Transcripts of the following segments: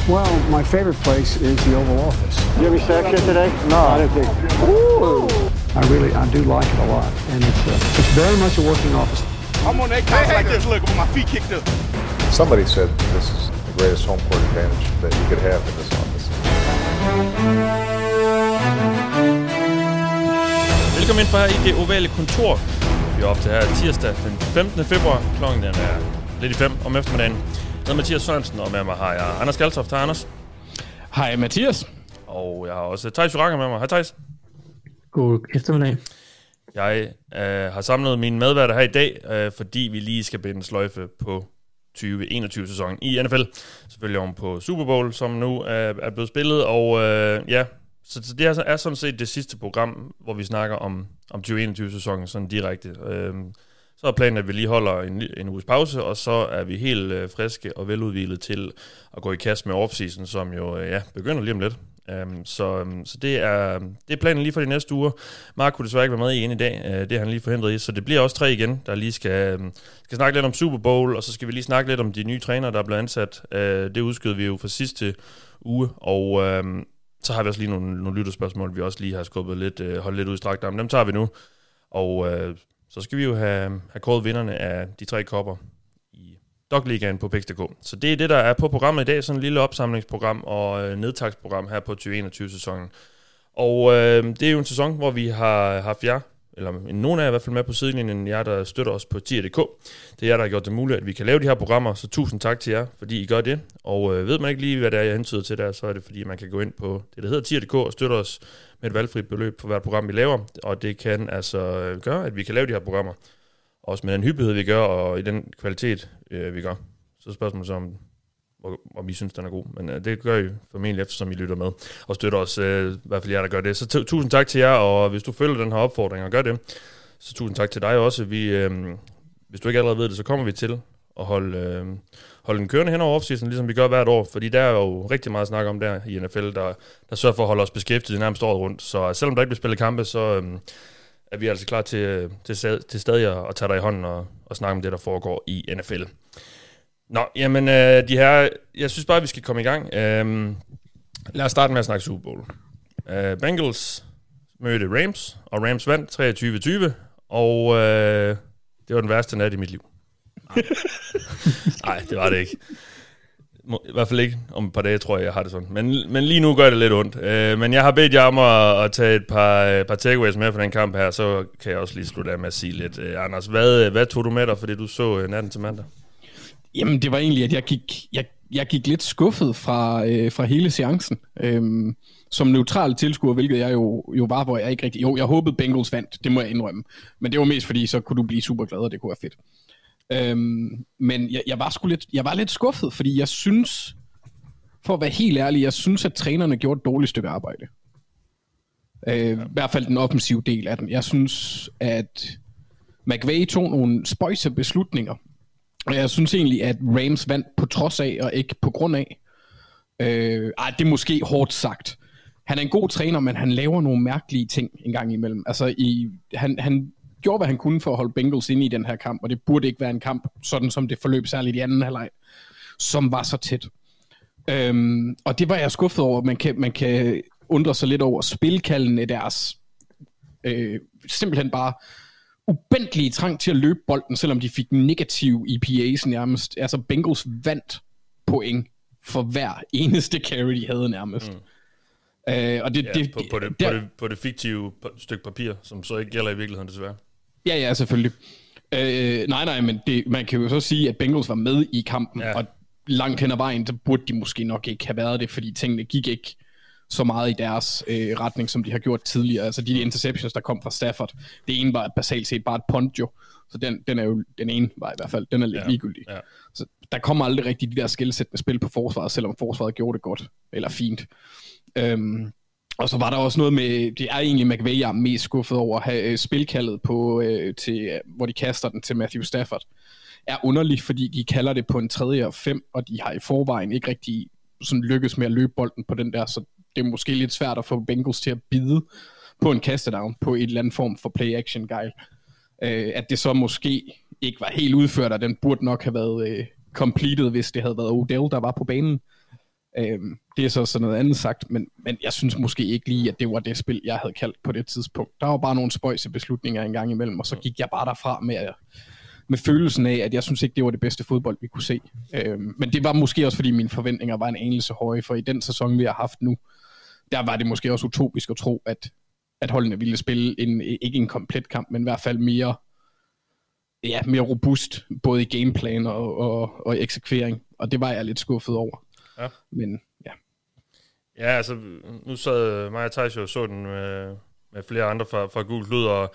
Well, my favorite place is the Oval Office. You have any sex yet today? No, I didn't think. I do like it a lot, and it's very much a working office. I'm on that couch like this, look, with my feet kicked up. Somebody said this is the greatest home court advantage that you could have in this office. Velkommen ind for her i det ovale kontor. Vi er op til her tirsdag den 15. februar. Klokken den er lidt i 5 om eftermiddagen. Jeg hedder Mathias Sørensen, og med mig har jeg Anders Galtoft. Hej Anders. Hej Mathias. Og jeg har også Theis Joranger med mig. Hej Theis. God eftermiddag. Jeg har samlet mine medværter her i dag, fordi vi lige skal binde en sløjfe på 2021-sæsonen i NFL. Selvfølgelig om på Super Bowl, som nu er blevet spillet. Og så det er sådan set det sidste program, hvor vi snakker om 2021-sæsonen sådan direkte. Så er planen, at vi lige holder en uges pause, og så er vi helt friske og veludvilet til at gå i kast med offseason, som jo begynder lige om lidt. Så det er planen lige for de næste uger. Mark kunne desværre ikke være med igen i dag. Det er han lige forhindret i, så det bliver også 3 igen, der lige skal snakke lidt om Super Bowl, og så skal vi lige snakke lidt om de nye trænere, der er blevet ansat. Det udskød vi jo fra sidste uge, og så har vi også lige nogle lytterspørgsmål, vi også lige har skubbet lidt, holdt lidt udstrakt om. Dem tager vi nu, og så skal vi jo have kåret vinderne af de 3 kopper i Dog-ligaen på Pix.dk. Så det er det, der er på programmet i dag, sådan et lille opsamlingsprogram og nedtagsprogram her på 2021-sæsonen. Og det er jo en sæson, hvor vi har haft jer, eller nogen af jer i hvert fald med på sidelinjen, jer der støtter os på tier.dk. Det er jer, der har gjort det muligt, at vi kan lave de her programmer, så tusind tak til jer, fordi I gør det. Og ved man ikke lige, hvad det er, jeg hentyder til der, så er det fordi, man kan gå ind på det, der hedder tier.dk og støtte os med et valgfrit beløb for hvert program, vi laver. Og det kan altså gøre, at vi kan lave de her programmer. Også med den hyppighed, vi gør, og i den kvalitet, vi gør. Så spørgsmålet så om I synes, den er god. Men det gør I formentlig efter, som I lytter med. Og støtter os, i hvert fald jer, der gør det. Så tusind tak til jer, og hvis du følger den her opfordring og gør det, så tusind tak til dig også. Hvis du ikke allerede ved det, så kommer vi til at holde den kørende hen over offseason, ligesom vi gør hvert år. Fordi der er jo rigtig meget at snakke om der i NFL, der sørger for at holde os beskæftiget nærmest året rundt. Så selvom der ikke bliver spillet kampe, så er vi altså klar til stadig at tage dig i hånden og snakke om det, der foregår i NFL. Nå, jamen, jeg synes bare, vi skal komme i gang. Lad os starte med at snakke Super Bowl. Bengals mødte Rams, og Rams vandt 23-20, og det var den værste nat i mit liv. Nej, det var det ikke. I hvert fald ikke om et par dage, tror jeg har det sådan. Men lige nu gør det lidt ondt. Men jeg har bedt jer om at tage et par takeaways med for den kamp her, så kan jeg også lige slutte af med at sige lidt. Anders, hvad tog du med dig, fordi du så natten til mandag? Jamen, det var egentlig, at jeg gik lidt skuffet fra hele seancen. Som neutral tilskuer, hvilket jeg jo var, hvor jeg ikke rigtig... Jo, jeg håbede Bengals vandt, det må jeg indrømme. Men det var mest fordi, så kunne du blive super glad, og det kunne være fedt. Men jeg var lidt skuffet, fordi jeg synes, for at være helt ærlig, jeg synes, at trænerne gjorde et dårligt stykke arbejde. I hvert fald den offensive del af den. Jeg synes, at McVay tog nogle spøjse beslutninger. Og jeg synes egentlig, at Rams vandt på trods af, og ikke på grund af. Det er måske hårdt sagt. Han er en god træner, men han laver nogle mærkelige ting en gang imellem. Altså, han gjorde, hvad han kunne for at holde Bengals inde i den her kamp, og det burde ikke være en kamp, sådan som det forløb særligt i anden halvleg, som var så tæt. Og det var jeg skuffet over. Man kan undre sig lidt over spilkaldene deres simpelthen bare ubendelige trang til at løbe bolden, selvom de fik negativ EPA's nærmest. Altså Bengals vandt point for hver eneste carry, de havde nærmest. Og på det fiktive stykke papir, som så ikke gælder i virkeligheden desværre. Ja, selvfølgelig. Nej, men man kan jo så sige, at Bengals var med i kampen, og langt hen ad vejen, så burde de måske nok ikke have været det, fordi tingene gik ikke så meget i deres retning, som de har gjort tidligere. Altså de interceptions, der kom fra Stafford, det ene var basalt set bare et punt jo, så den er jo, den ene var i hvert fald, den er lidt ligegyldig. Ja. Så der kommer aldrig rigtig de der skillsættende spil på forsvaret, selvom forsvaret gjorde det godt, eller fint. Og så var der også noget med, det er egentlig McVay, jeg er mest skuffet over at have spilkaldet på, hvor de kaster den til Matthew Stafford, er underligt, fordi de kalder det på en 3. og 5, og de har i forvejen ikke rigtig sådan lykkes med at løbe bolden på den der, så det er måske lidt svært at få Bengals til at bide på en kastedown på et eller andet form for play-action-guide. At det så måske ikke var helt udført, og den burde nok have været completed, hvis det havde været Odell, der var på banen. Det er så sådan noget andet sagt, men jeg synes måske ikke lige, at det var det spil, jeg havde kaldt på det tidspunkt. Der var bare nogle spøjse beslutninger en gang imellem, og så gik jeg bare derfra med følelsen af, at jeg synes ikke, det var det bedste fodbold, vi kunne se. Men det var måske også, fordi mine forventninger var en anelse høje, for i den sæson, vi har haft nu, der var det måske også utopisk at tro, at holdene ville spille ikke en komplet kamp, men i hvert fald mere robust, både i gameplan og eksekvering, og det var jeg lidt skuffet over. Ja. Men ja. Ja, altså, nu sad mig og Thijs jo så den med flere andre fra Gult Lyd, og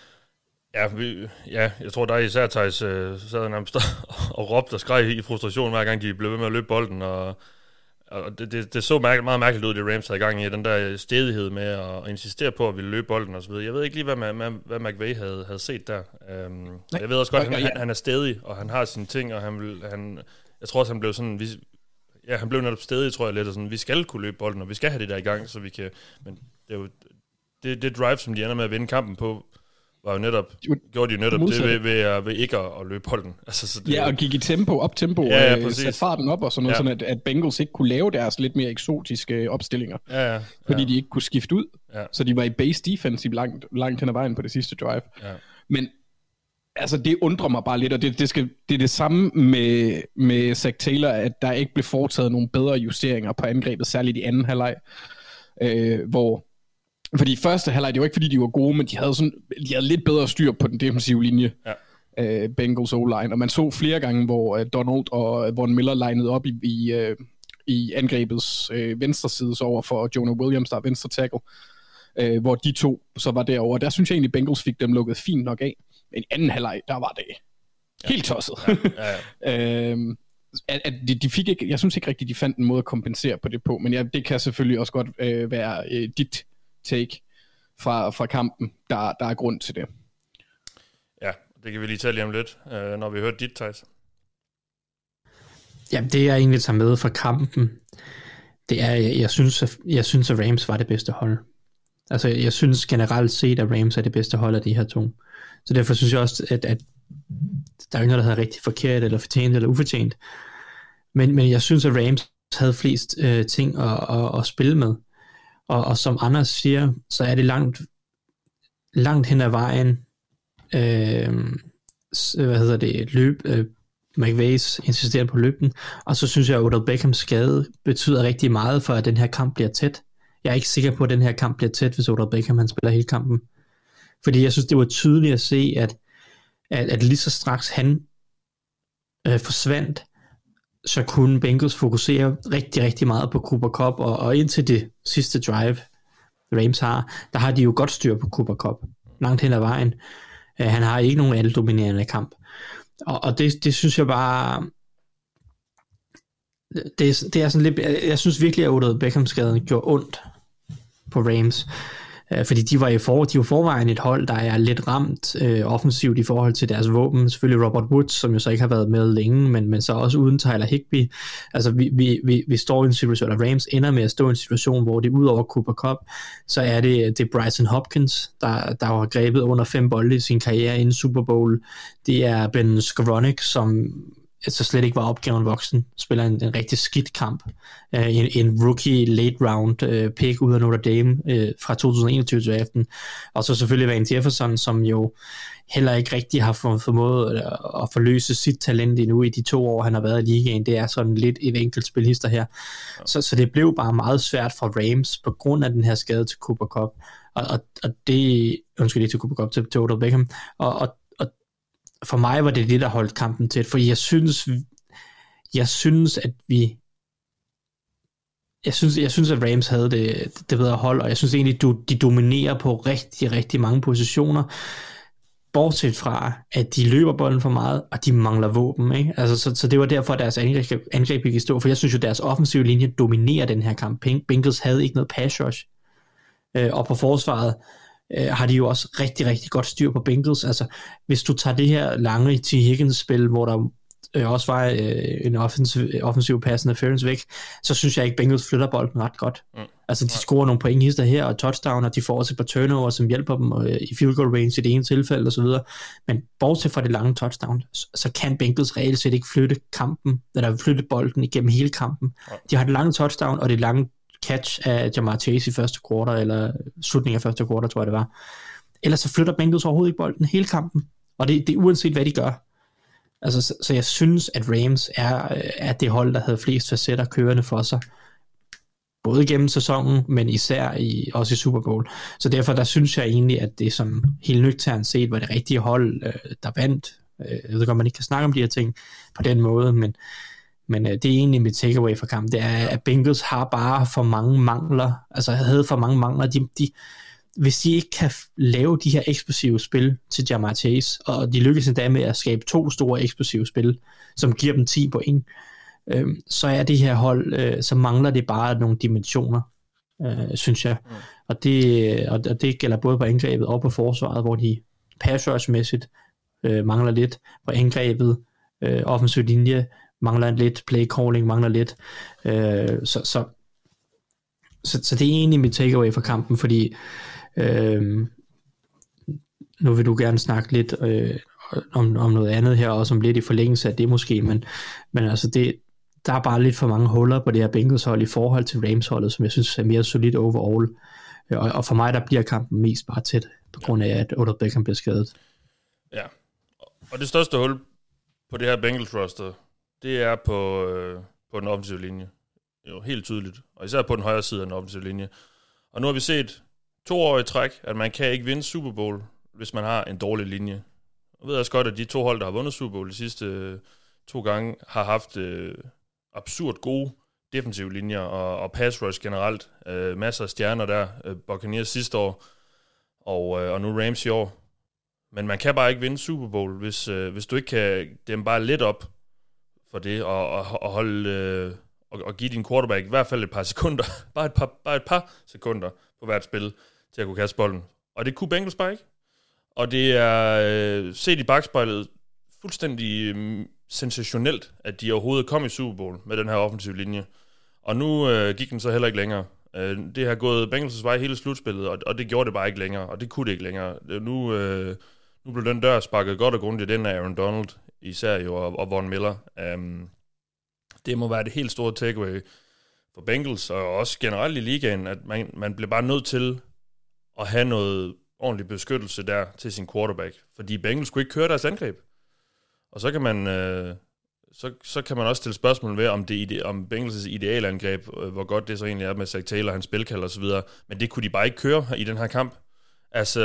jeg tror, der især Thijs sad nærmest og råbte og skreg i frustration, hver gang de blev ved med at løbe bolden, og det så meget mærkeligt ud, det Rams havde i gang i, den der stedighed med at insistere på, at ville løbe bolden og så videre. Jeg ved ikke lige, hvad McVay havde set der. Jeg ved også godt, at han er stedig, og han har sine ting, og jeg tror også, han blev sådan... han blev netop stedig, tror jeg lidt, og sådan, vi skal kunne løbe bolden, og vi skal have det der i gang, så vi kan... Men det er jo det drive, som de ender med at vinde kampen på, var jo netop, gjorde de netop det ved ikke at løbe bolden. Altså, så det, og gik i tempo, satte farten op og sådan noget, sådan at Bengals ikke kunne lave deres lidt mere eksotiske opstillinger, fordi de ikke kunne skifte ud, så de var i base defensive langt hen ad vejen på det sidste drive. Ja. Men altså, det undrer mig bare lidt, og det er det samme med Zach Taylor, at der ikke blev foretaget nogle bedre justeringer på angrebet, særligt i anden halvleg, fordi i første halvleg, det var ikke fordi de var gode, men de havde lidt bedre styr på den defensive linje, Bengals O-line, og man så flere gange, hvor Donald og Von Miller linede op i angrebets venstre side, så over for Jonah Williams, der er venstre tackle, hvor de to så var derovre. Der synes jeg egentlig, Bengals fik dem lukket fint nok af. Men i anden halvleg, der var det helt tosset. At de fik ikke, jeg synes ikke rigtigt, de fandt en måde at kompensere på det på, men det kan selvfølgelig også godt være dit take fra kampen, der er grund til det. Ja, det kan vi lige tale lige om lidt, når vi hører dit, Thijs. Jamen, det jeg egentlig tager med fra kampen, det er, jeg synes, at Rams var det bedste hold. Altså, jeg synes generelt set, at Rams er det bedste hold af de her to. Så derfor synes jeg også, at der er ikke noget, der hedder rigtig forkert, eller fortjent, eller ufortjent. Men jeg synes, at Rams havde flest ting at spille med. Og som Anders siger, så er det langt hen ad vejen, McVays insisterer på løben. Og så synes jeg, at Odell Beckhams skade betyder rigtig meget for, at den her kamp bliver tæt. Jeg er ikke sikker på, at den her kamp bliver tæt, hvis Odell Beckham han spiller hele kampen. Fordi jeg synes, det var tydeligt at se, at lige så straks han forsvandt, så kunne Bengals fokusere rigtig, rigtig meget på Cooper Kupp, og indtil det sidste drive, Rams har, der har de jo godt styr på Cooper Kupp, langt hen ad vejen. Han har ikke nogen aldominerende kamp. Og det synes jeg bare, det er sådan lidt, jeg synes virkelig, at Odell Beckham-skaden gjorde ondt på Rams. Fordi de var jo forvejen et hold, der er lidt ramt offensivt i forhold til deres våben. Selvfølgelig Robert Woods, som jo så ikke har været med længe, men så også uden Tyler Higbee. Altså vi står i en situation, og Rams ender med at stå i en situation, hvor det ud over Cooper Kupp, så er det Bryson Hopkins, der har grebet under 5 bolde i sin karriere inden Super Bowl. Det er Ben Skowronek, som så slet ikke var opgaven voksen, spiller en rigtig skidt kamp. En rookie late round pick ud af Notre Dame fra 2021-draften. Og så selvfølgelig Van Jefferson, som jo heller ikke rigtig har formået at forløse sit talent endnu i de 2 år, han har været i ligaen. Det er sådan lidt et enkelt spilhister her. Så det blev bare meget svært for Rams på grund af den her skade til Cooper Kupp. Og det, undskyld ikke til Cooper Kupp, til Odell Beckham. Og for mig var det, der holdt kampen tæt, fordi jeg synes, at Rams havde det bedre hold, og jeg synes egentlig, de dominerer på rigtig, rigtig mange positioner, bortset fra, at de løber bolden for meget, og de mangler våben, ikke? Altså, så det var derfor, at deres angreb ikke stå, for jeg synes jo, deres offensive linje dominerer den her kamp. Bengals havde ikke noget pass rush, og på forsvaret har de jo også rigtig, rigtig godt styr på Bengals. Altså, hvis du tager det her lange T. Higgins-spil, hvor der også var en offensiv pass interference væk, så synes jeg ikke, Bengals flytter bolden ret godt. Altså, de scorer nogle point hister her, og touchdown, og de får også et par turnover, som hjælper dem i field goal range i det ene tilfælde, og så videre. Men bortset fra det lange touchdown, så kan Bengals reelt set ikke flytte kampen, eller flytte bolden igennem hele kampen. De har det lange touchdown, og det lange catch af Ja'Marr Chase i første kvartal, eller slutningen af første kvartal, tror jeg det var. Ellers så flytter Bengals overhovedet ikke bolden hele kampen, og det er uanset hvad de gør. Altså, så jeg synes, at Rams er det hold, der havde flest facetter kørende for sig. Både gennem sæsonen, men især også i Super Bowl. Så derfor der synes jeg egentlig, at det som helt nøgternt set var det rigtige hold, der vandt. Jeg ved godt, man ikke kan snakke om de her ting på den måde, men det er egentlig mit takeaway fra kampen. Det er, at Bengals har bare for mange mangler. Altså havde for mange mangler. Hvis de ikke kan lave de her eksplosive spil til Ja'Marr Chase, og de lykkes endda med at skabe 2 store eksplosive spil, som giver dem 10 point, så er det her hold, så mangler det bare nogle dimensioner, synes jeg. Og det gælder både på angrebet og på forsvaret, hvor de pass rush-mæssigt mangler lidt, på angrebet, offensiv linje mangler lidt, play calling mangler lidt, så det er egentlig mit takeaway fra kampen, fordi nu vil du gerne snakke lidt om noget andet her, også om lidt i forlængelse af det måske, men altså der er bare lidt for mange huller på det her Bengals hold i forhold til Rams holdet, som jeg synes er mere solidt overall, og for mig der bliver kampen mest bare tæt, på grund af at Odell Beckham bliver skadet. Ja, og det største hul på det her Bengals roster, det er på den offensive linje. Jo, helt tydeligt, og især på den højre side af den offensive linje. Og nu har vi set 2 år i træk, at man kan ikke vinde Super Bowl, hvis man har en dårlig linje. Jeg ved også godt, at de 2 hold, der har vundet Super Bowl de sidste 2 gange, har haft absurd gode defensive linjer og pass rush generelt. Masser af stjerner der. Buccaneers sidste år, og nu Rams i år. Men man kan bare ikke vinde Super Bowl, hvis du ikke kan dem bare lidt op for det, og holde... og give din quarterback i hvert fald et par sekunder, bare et par sekunder på hvert spil, til at kunne kaste bolden. Og det kunne Bengals bare ikke. Og det er set i bagspejlet fuldstændig sensationelt, at de overhovedet kom i Super Bowl med den her offensive linje. Og nu gik den så heller ikke længere. Det har gået Bengals' vej hele slutspillet, og det gjorde det bare ikke længere, og det kunne det ikke længere. Nu blev den dør sparket godt og grundigt den af Aaron Donald, især jo, og Von Miller. Det må være det helt store takeaway for Bengals, og også generelt i ligaen, at man bliver bare nødt til at have noget ordentlig beskyttelse der til sin quarterback, fordi Bengals skulle ikke køre deres angreb. Og så kan man så kan man også stille spørgsmål ved, om Bengals' idealangreb, hvor godt det så egentlig er med Zach Taylor, hans spilkald og så videre, men det kunne de bare ikke køre i den her kamp. Altså,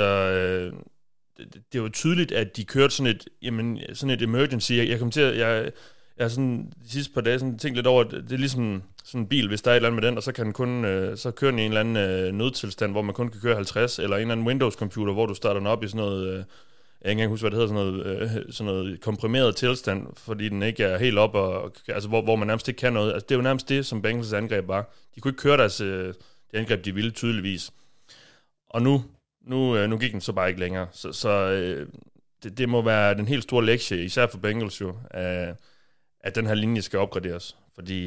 det var tydeligt, at de kørte sådan et emergency. Jeg har sådan de sidste par dage sådan tænkt lidt over, at det er ligesom sådan en bil, hvis der er et eller andet med den, og så kan den kun, så kører den i en eller anden nødtilstand, hvor man kun kan køre 50, eller en eller anden Windows-computer, hvor du starter den op i sådan noget, jeg kan ikke engang huske, hvad det hedder, sådan noget komprimeret tilstand, fordi den ikke er helt op, og, altså hvor man nærmest ikke kan noget. Altså det er jo nærmest det, som Bengals' angreb var. De kunne ikke køre det angreb, de ville tydeligvis. Og nu gik den så bare ikke længere. Så det må være den helt store lektie, især for Bengals jo, at den her linje skal opgraderes. Fordi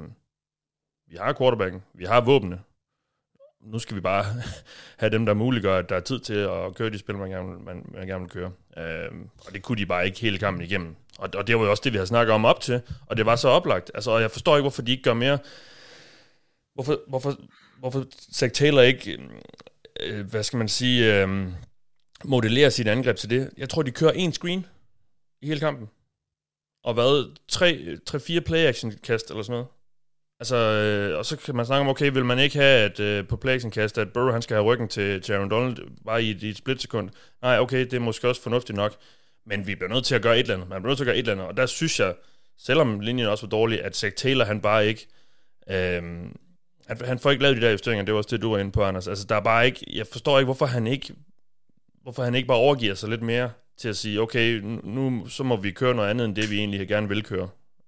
vi har quarterbacken, vi har våbne. Nu skal vi bare have dem, der muliggør, at der er tid til at køre de spil, man gerne vil køre. Og det kunne de bare ikke hele kampen igennem. Og det var jo også det, vi har snakket om op til, og det var så oplagt. Altså, og jeg forstår ikke, hvorfor de ikke gør mere. Hvorfor Zach Taylor ikke, hvad skal man sige, modellerer sit angreb til det. Jeg tror, de kører 1 screen i hele kampen. Og hvad? 3-4 play-action-kast eller sådan noget. Altså, og så kan man snakke om, okay, vil man ikke have at på play-action-kast, at Burrow han skal have ryggen til Aaron Donald bare i et splitsekund. Nej, okay, det er måske også fornuftigt nok. Men vi bliver nødt til at gøre et eller andet. Man bliver nødt til at gøre et eller andet. Og der synes jeg, selvom linjen også var dårlig, at Zach Taylor, han bare ikke... han får ikke lavet de der justeringer. Det var også det, du var inde på, Anders. Altså, der er bare ikke... Jeg forstår ikke, hvorfor han ikke bare overgiver sig lidt mere til at sige, okay, nu så må vi køre noget andet, end det vi egentlig gerne vil køre.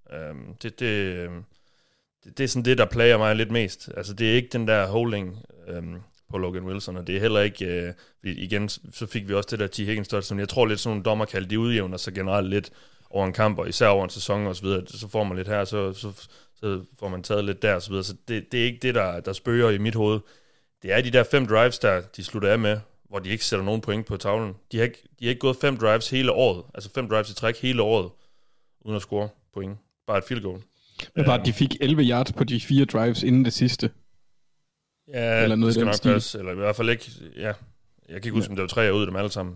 Det er sådan det, der plager mig lidt mest. Altså, det er ikke den der holding på Logan Wilson, og det er heller ikke... igen, så fik vi også det der T. Higgins, som jeg tror lidt sådan nogle dommerkald, de udjævner sig generelt lidt over en kamp, og især over en sæson og så videre, så får man lidt her, så får man taget lidt der og så videre. Så det er ikke det, der spøger i mit hoved. Det er de der 5 drives, der de slutter af med, hvor de ikke sætter nogen point på tavlen. De har ikke gået 5 drives hele året, altså 5 drives i træk hele året, uden at score point. Bare et field goal. Men bare, de fik 11 yards på de 4 drives inden det sidste. Ja, eller noget det skal nok passe, eller i hvert fald ikke, ja. Jeg kan ikke huske, om det var 3 ud af dem alle sammen,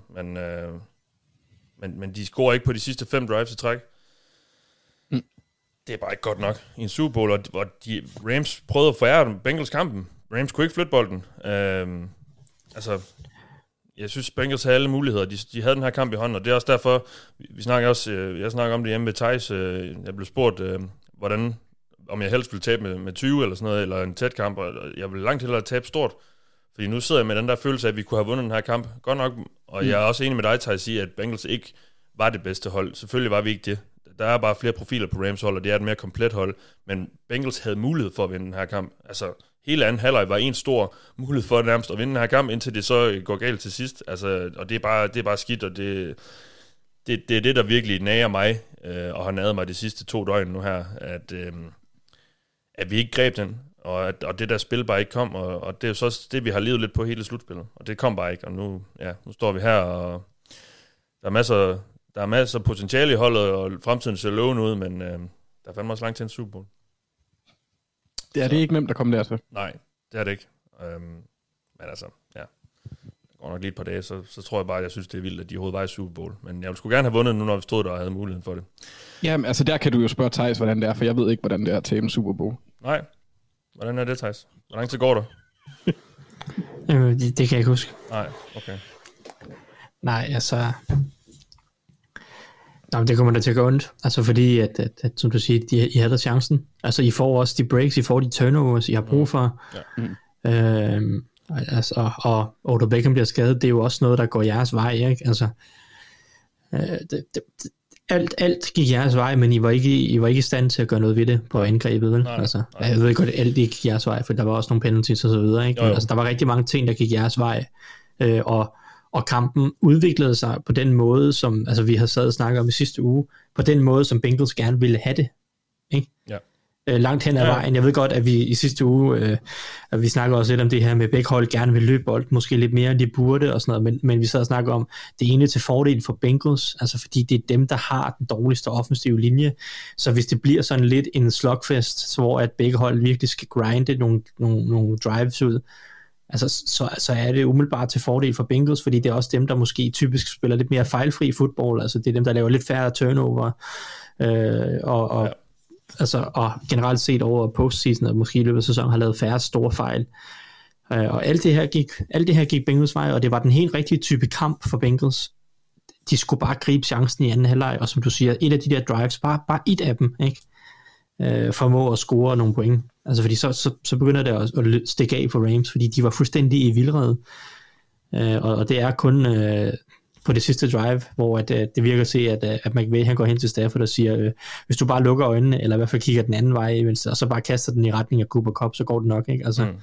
men de scorer ikke på de sidste 5 drives i træk. Det er bare ikke godt nok i en Super Bowl, hvor Rams prøvede at forære dem Bengals kampen. Rams kunne ikke flytte bolden. Altså, jeg synes, Bengals havde alle muligheder. De havde den her kamp i hånden, og det er også derfor, jeg snakker om det hjemme ved Thijs. Jeg blev spurgt, om jeg helst ville tabe med 20 eller sådan noget, eller en tæt kamp, og jeg ville langt hellere tabe stort. Fordi nu sidder jeg med den der følelse af, at vi kunne have vundet den her kamp. Godt nok, og jeg er også enig med dig, Thijs, i, at Bengals ikke var det bedste hold. Selvfølgelig var vi ikke det. Der er bare flere profiler på Rams hold, og det er et mere komplet hold. Men Bengals havde mulighed for at vinde den her kamp. Altså, hele anden halvleg var en stor mulighed for nærmest at vinde den her kamp, indtil det så går galt til sidst. Altså, og det er bare skidt, og det er det, der virkelig nager mig, og har naget mig de sidste 2 døgn nu her, at vi ikke greb den, og det der spil bare ikke kom, og det er jo så det, vi har levet lidt på hele slutspillet, og det kom bare ikke, og nu står vi her, og der er masser af potentiale i holdet, og fremtiden ser lovende ud, men der er fandme også langt til en Super Bowl. Det er ikke nemt at komme dertil. Nej, det er det ikke. Men altså, ja. Det går nok lige et par dage, så tror jeg bare, at jeg synes, det er vildt, at de overhovedet var i Super Bowl. Men jeg ville sgu gerne have vundet nu, når vi stod der og havde muligheden for det. Jamen, altså der kan du jo spørge Thijs, hvordan det er, for jeg ved ikke, hvordan det er til en Super Bowl. Nej. Hvordan er det, Thijs? Hvor lang tid går der? Det kan jeg ikke huske. Nej, okay. Nej, altså... Nå, det kommer da til at gå ondt. Altså fordi, at som du siger, I havde der chancen. Altså I får også de breaks, I får de turnovers, I har brug for. Ja. Altså, og Odell Beckham bliver skadet, det er jo også noget, der går jeres vej, ikke? Altså, alt gik jeres vej, men I var ikke i stand til at gøre noget ved det på angrebet, vel? Nej. Jeg ved godt, at alt ikke gik jeres vej, for der var også nogle penalties og så videre, ikke? Jo. Altså, der var rigtig mange ting, der gik jeres vej, og kampen udviklede sig på den måde, som altså, vi havde sad og snakket om i sidste uge, på den måde, som Bengals gerne ville have det, ikke? Ja. Langt hen ad vejen. Jeg ved godt, at vi i sidste uge, at vi snakker også lidt om det her med begge hold gerne vil løbe bold, måske lidt mere end de burde og sådan noget, men vi sad og snakker om det ene til fordel for Bengals, altså fordi det er dem, der har den dårligste offensive linje, så hvis det bliver sådan lidt en slugfest, hvor at begge hold virkelig skal grinde nogle drives ud, altså så er det umiddelbart til fordel for Bengals, fordi det er også dem, der måske typisk spiller lidt mere fejlfri fodbold, altså det er dem, der laver lidt færre turnover, altså, og generelt set over postseason og måske i løbet af sæsonen har lavet færre store fejl. Og alt det her gik Bengals vej, og det var den helt rigtige type kamp for Bengals. De skulle bare gribe chancen i anden halvleg, og som du siger, et af de der drives, bare et af dem, ikke? Formå at score nogle point. Altså fordi så begynder det at stikke af for Rams, fordi de var fuldstændig i vildrede. Og det er kun på det sidste drive, hvor det virker at se, at McVay han går hen til Stafford og siger, hvis du bare lukker øjnene, eller i hvert fald kigger den anden vej, og så bare kaster den i retning af Cooper Kupp, så går det nok, ikke? Altså,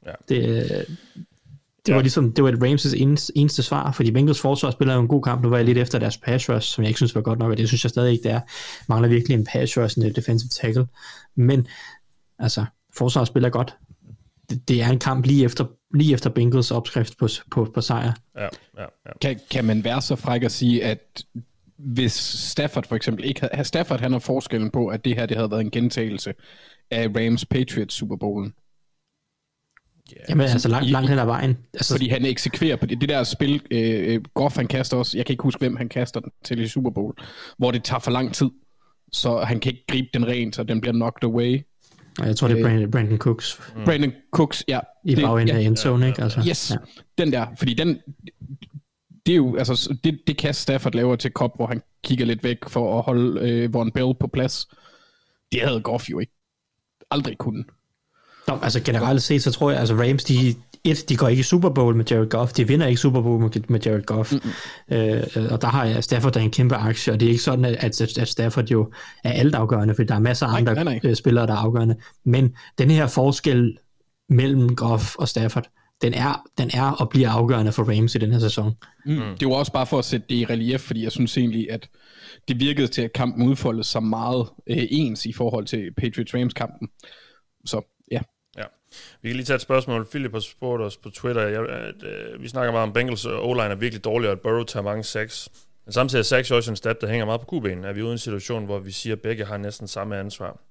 det var ligesom, det var Rams' eneste svar, fordi Bengals forsvar spiller jo en god kamp. Nu var jeg lidt efter deres pass rush, som jeg ikke synes var godt nok, og det synes jeg stadig ikke, det er. Mangler virkelig en pass rush, en defensive tackle. Men, altså, forsvaret spiller godt. Det er en kamp lige efter Bengals opskrift på sejr. Ja. Kan man være så fræk at sige, at hvis Stafford for eksempel ikke havde... Stafford, han har forskellen på, at det her det havde været en gentagelse af Rams Patriots Super Bowlen. Yeah. Jamen altså langt hen ad vejen. Altså, fordi han eksekverer på det der spil, Goff han kaster også, jeg kan ikke huske hvem han kaster den til i Super Bowl, hvor det tager for lang tid, så han kan ikke gribe den rent, så den bliver knocked away. Og jeg tror det er Brandon Cooks. Brandon Cooks, ja. I bagenden af endzone, ikke? Altså, yes, den der, fordi det er jo, altså det kast Stafford laver til Cobb, hvor han kigger lidt væk for at holde Von Bell på plads, det havde Goff jo ikke aldrig kunnet. Nå, altså generelt set, så tror jeg, altså Rams, de går ikke i Super Bowl med Jared Goff, de vinder ikke Super Bowl med Jared Goff, og der har jeg Stafford, der er en kæmpe aktie, og det er ikke sådan, at Stafford jo er alt afgørende, for der er masser af andre spillere, der er afgørende, men den her forskel mellem Goff og Stafford, den er og bliver afgørende for Rams i den her sæson. Det var også bare for at sætte det i relief, fordi jeg synes egentlig, at det virkede til, at kampen udfoldede sig meget ens i forhold til Patriots-Rams-kampen. Så ja. Vi kan lige tage et spørgsmål. Philip har spurgt os på Twitter, vi snakker meget om Bengals O-line er virkelig dårlig, og at Burrow tager mange sacks. Men samtidig er sacks også en stat, der hænger meget på QB'en. Er vi ude i en situation, hvor vi siger, at begge har næsten samme ansvar?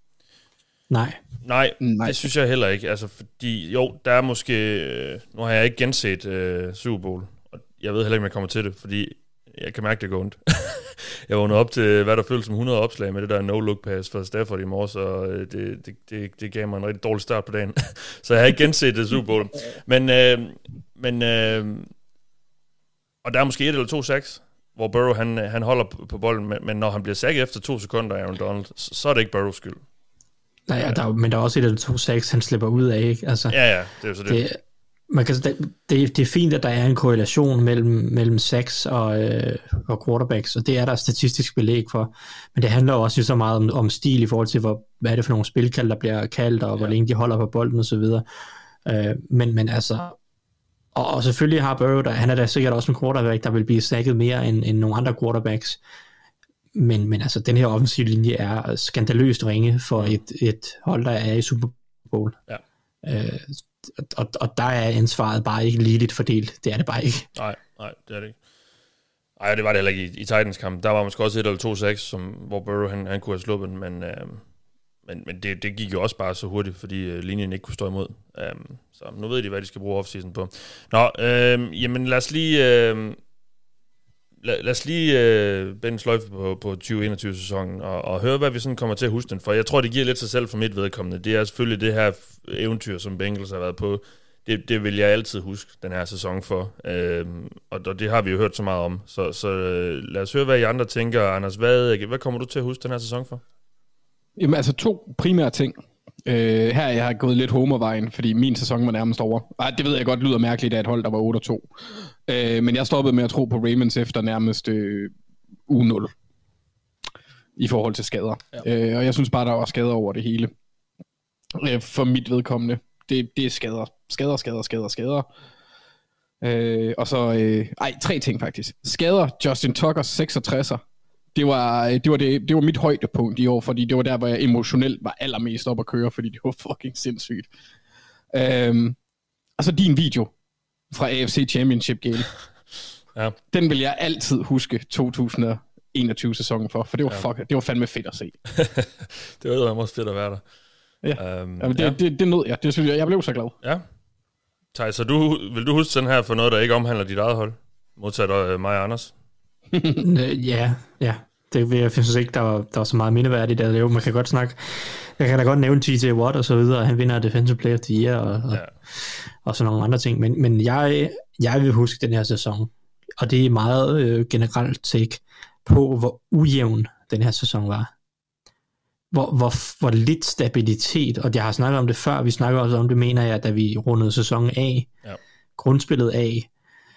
Nej, det synes jeg heller ikke. Altså, fordi jo, der er måske... nu har jeg ikke genset Super Bowl, og jeg ved heller ikke, om jeg kommer til det, fordi jeg kan mærke, det går ondt. Jeg vågnede op til, hvad der føles som 100 opslag med det der no-look-pass for Stafford i morges, og det gav mig en rigtig dårlig start på dagen. Så jeg har ikke genset det Super Bowl. Men og der er måske 1 eller 2 sacks, hvor Burrow han holder på bolden, men når han bliver sacket efter 2 sekunder af Aaron Donald, så er det ikke Burrows skyld. Nej, men der er også 1 eller 2 sacks, han slipper ud af, ikke? Altså, ja, det er jo så det. Det er fint, at der er en korrelation mellem sacks og quarterbacks, og det er der statistisk belæg for. Men det handler også så meget om stil i forhold til, hvad er det for nogle spilkald, der bliver kaldt, og hvor længe de holder på bolden osv. Men altså, og selvfølgelig har Burrow, han er da sikkert også en quarterback, der vil blive sacket mere end nogle andre quarterbacks. Men altså, den her offensive linje er skandaløst ringe for et hold, der er i Super Bowl. Ja. Og der er ansvaret bare ikke ligeligt fordelt. Det er det bare ikke. Nej, det er det ikke. Nej, det var det heller ikke i Titans kamp. Der var måske også 1 eller 2 sacks, hvor Burrow han kunne have sluppet, men det gik jo også bare så hurtigt, fordi linjen ikke kunne stå imod. Så nu ved de, hvad de skal bruge offseason på. Nå, jamen lad os lige binde sløjfe på 2021-sæsonen og høre, hvad vi sådan kommer til at huske den for. Jeg tror, det giver lidt sig selv for mit vedkommende. Det er selvfølgelig det her eventyr, som Bengals har været på. Det vil jeg altid huske, den her sæson for. Og det har vi jo hørt så meget om. Så lad os høre, hvad I andre tænker. Anders, hvad kommer du til at huske den her sæson for? Jamen altså 2 primære ting. Her jeg har gået lidt homervejen, fordi min sæson var nærmest over. Det ved jeg godt lyder mærkeligt af et hold, der var 8-2. Men jeg stoppede med at tro på Ravens efter nærmest uge 0 i forhold til skader. Ja. Og jeg synes bare, der var skader over det hele. For mit vedkommende. Det er skader. Og så... 3 ting faktisk. Skader, Justin Tucker 66'er. Det var mit højdepunkt i år, fordi det var der, hvor jeg emotionelt var allermest op at køre, fordi det var fucking sindssygt. Og så din video fra AFC Championship Game. Ja. Den vil jeg altid huske 2021-sæsonen for det var fandme fedt at se. Det var også fedt at være der. Ja. Det nød jeg. Det synes jeg blev så glad. Ja. Thijs, så vil du huske sådan her for noget, der ikke omhandler dit eget hold? Modsat mig og Anders? Ja. Det vil jeg synes ikke, der var så meget mindeværdigt at lave. Man kan godt snakke. Jeg kan da godt nævne TJ Watt og så videre. Han vinder Defensive Player of the Year og sådan nogle andre ting. Men jeg vil huske den her sæson. Og det er meget generelt take på, hvor ujævn den her sæson var. Hvor lidt stabilitet, og jeg har snakket om det før, vi snakker også om det, mener jeg, da vi rundede sæsonen af, grundspillet af,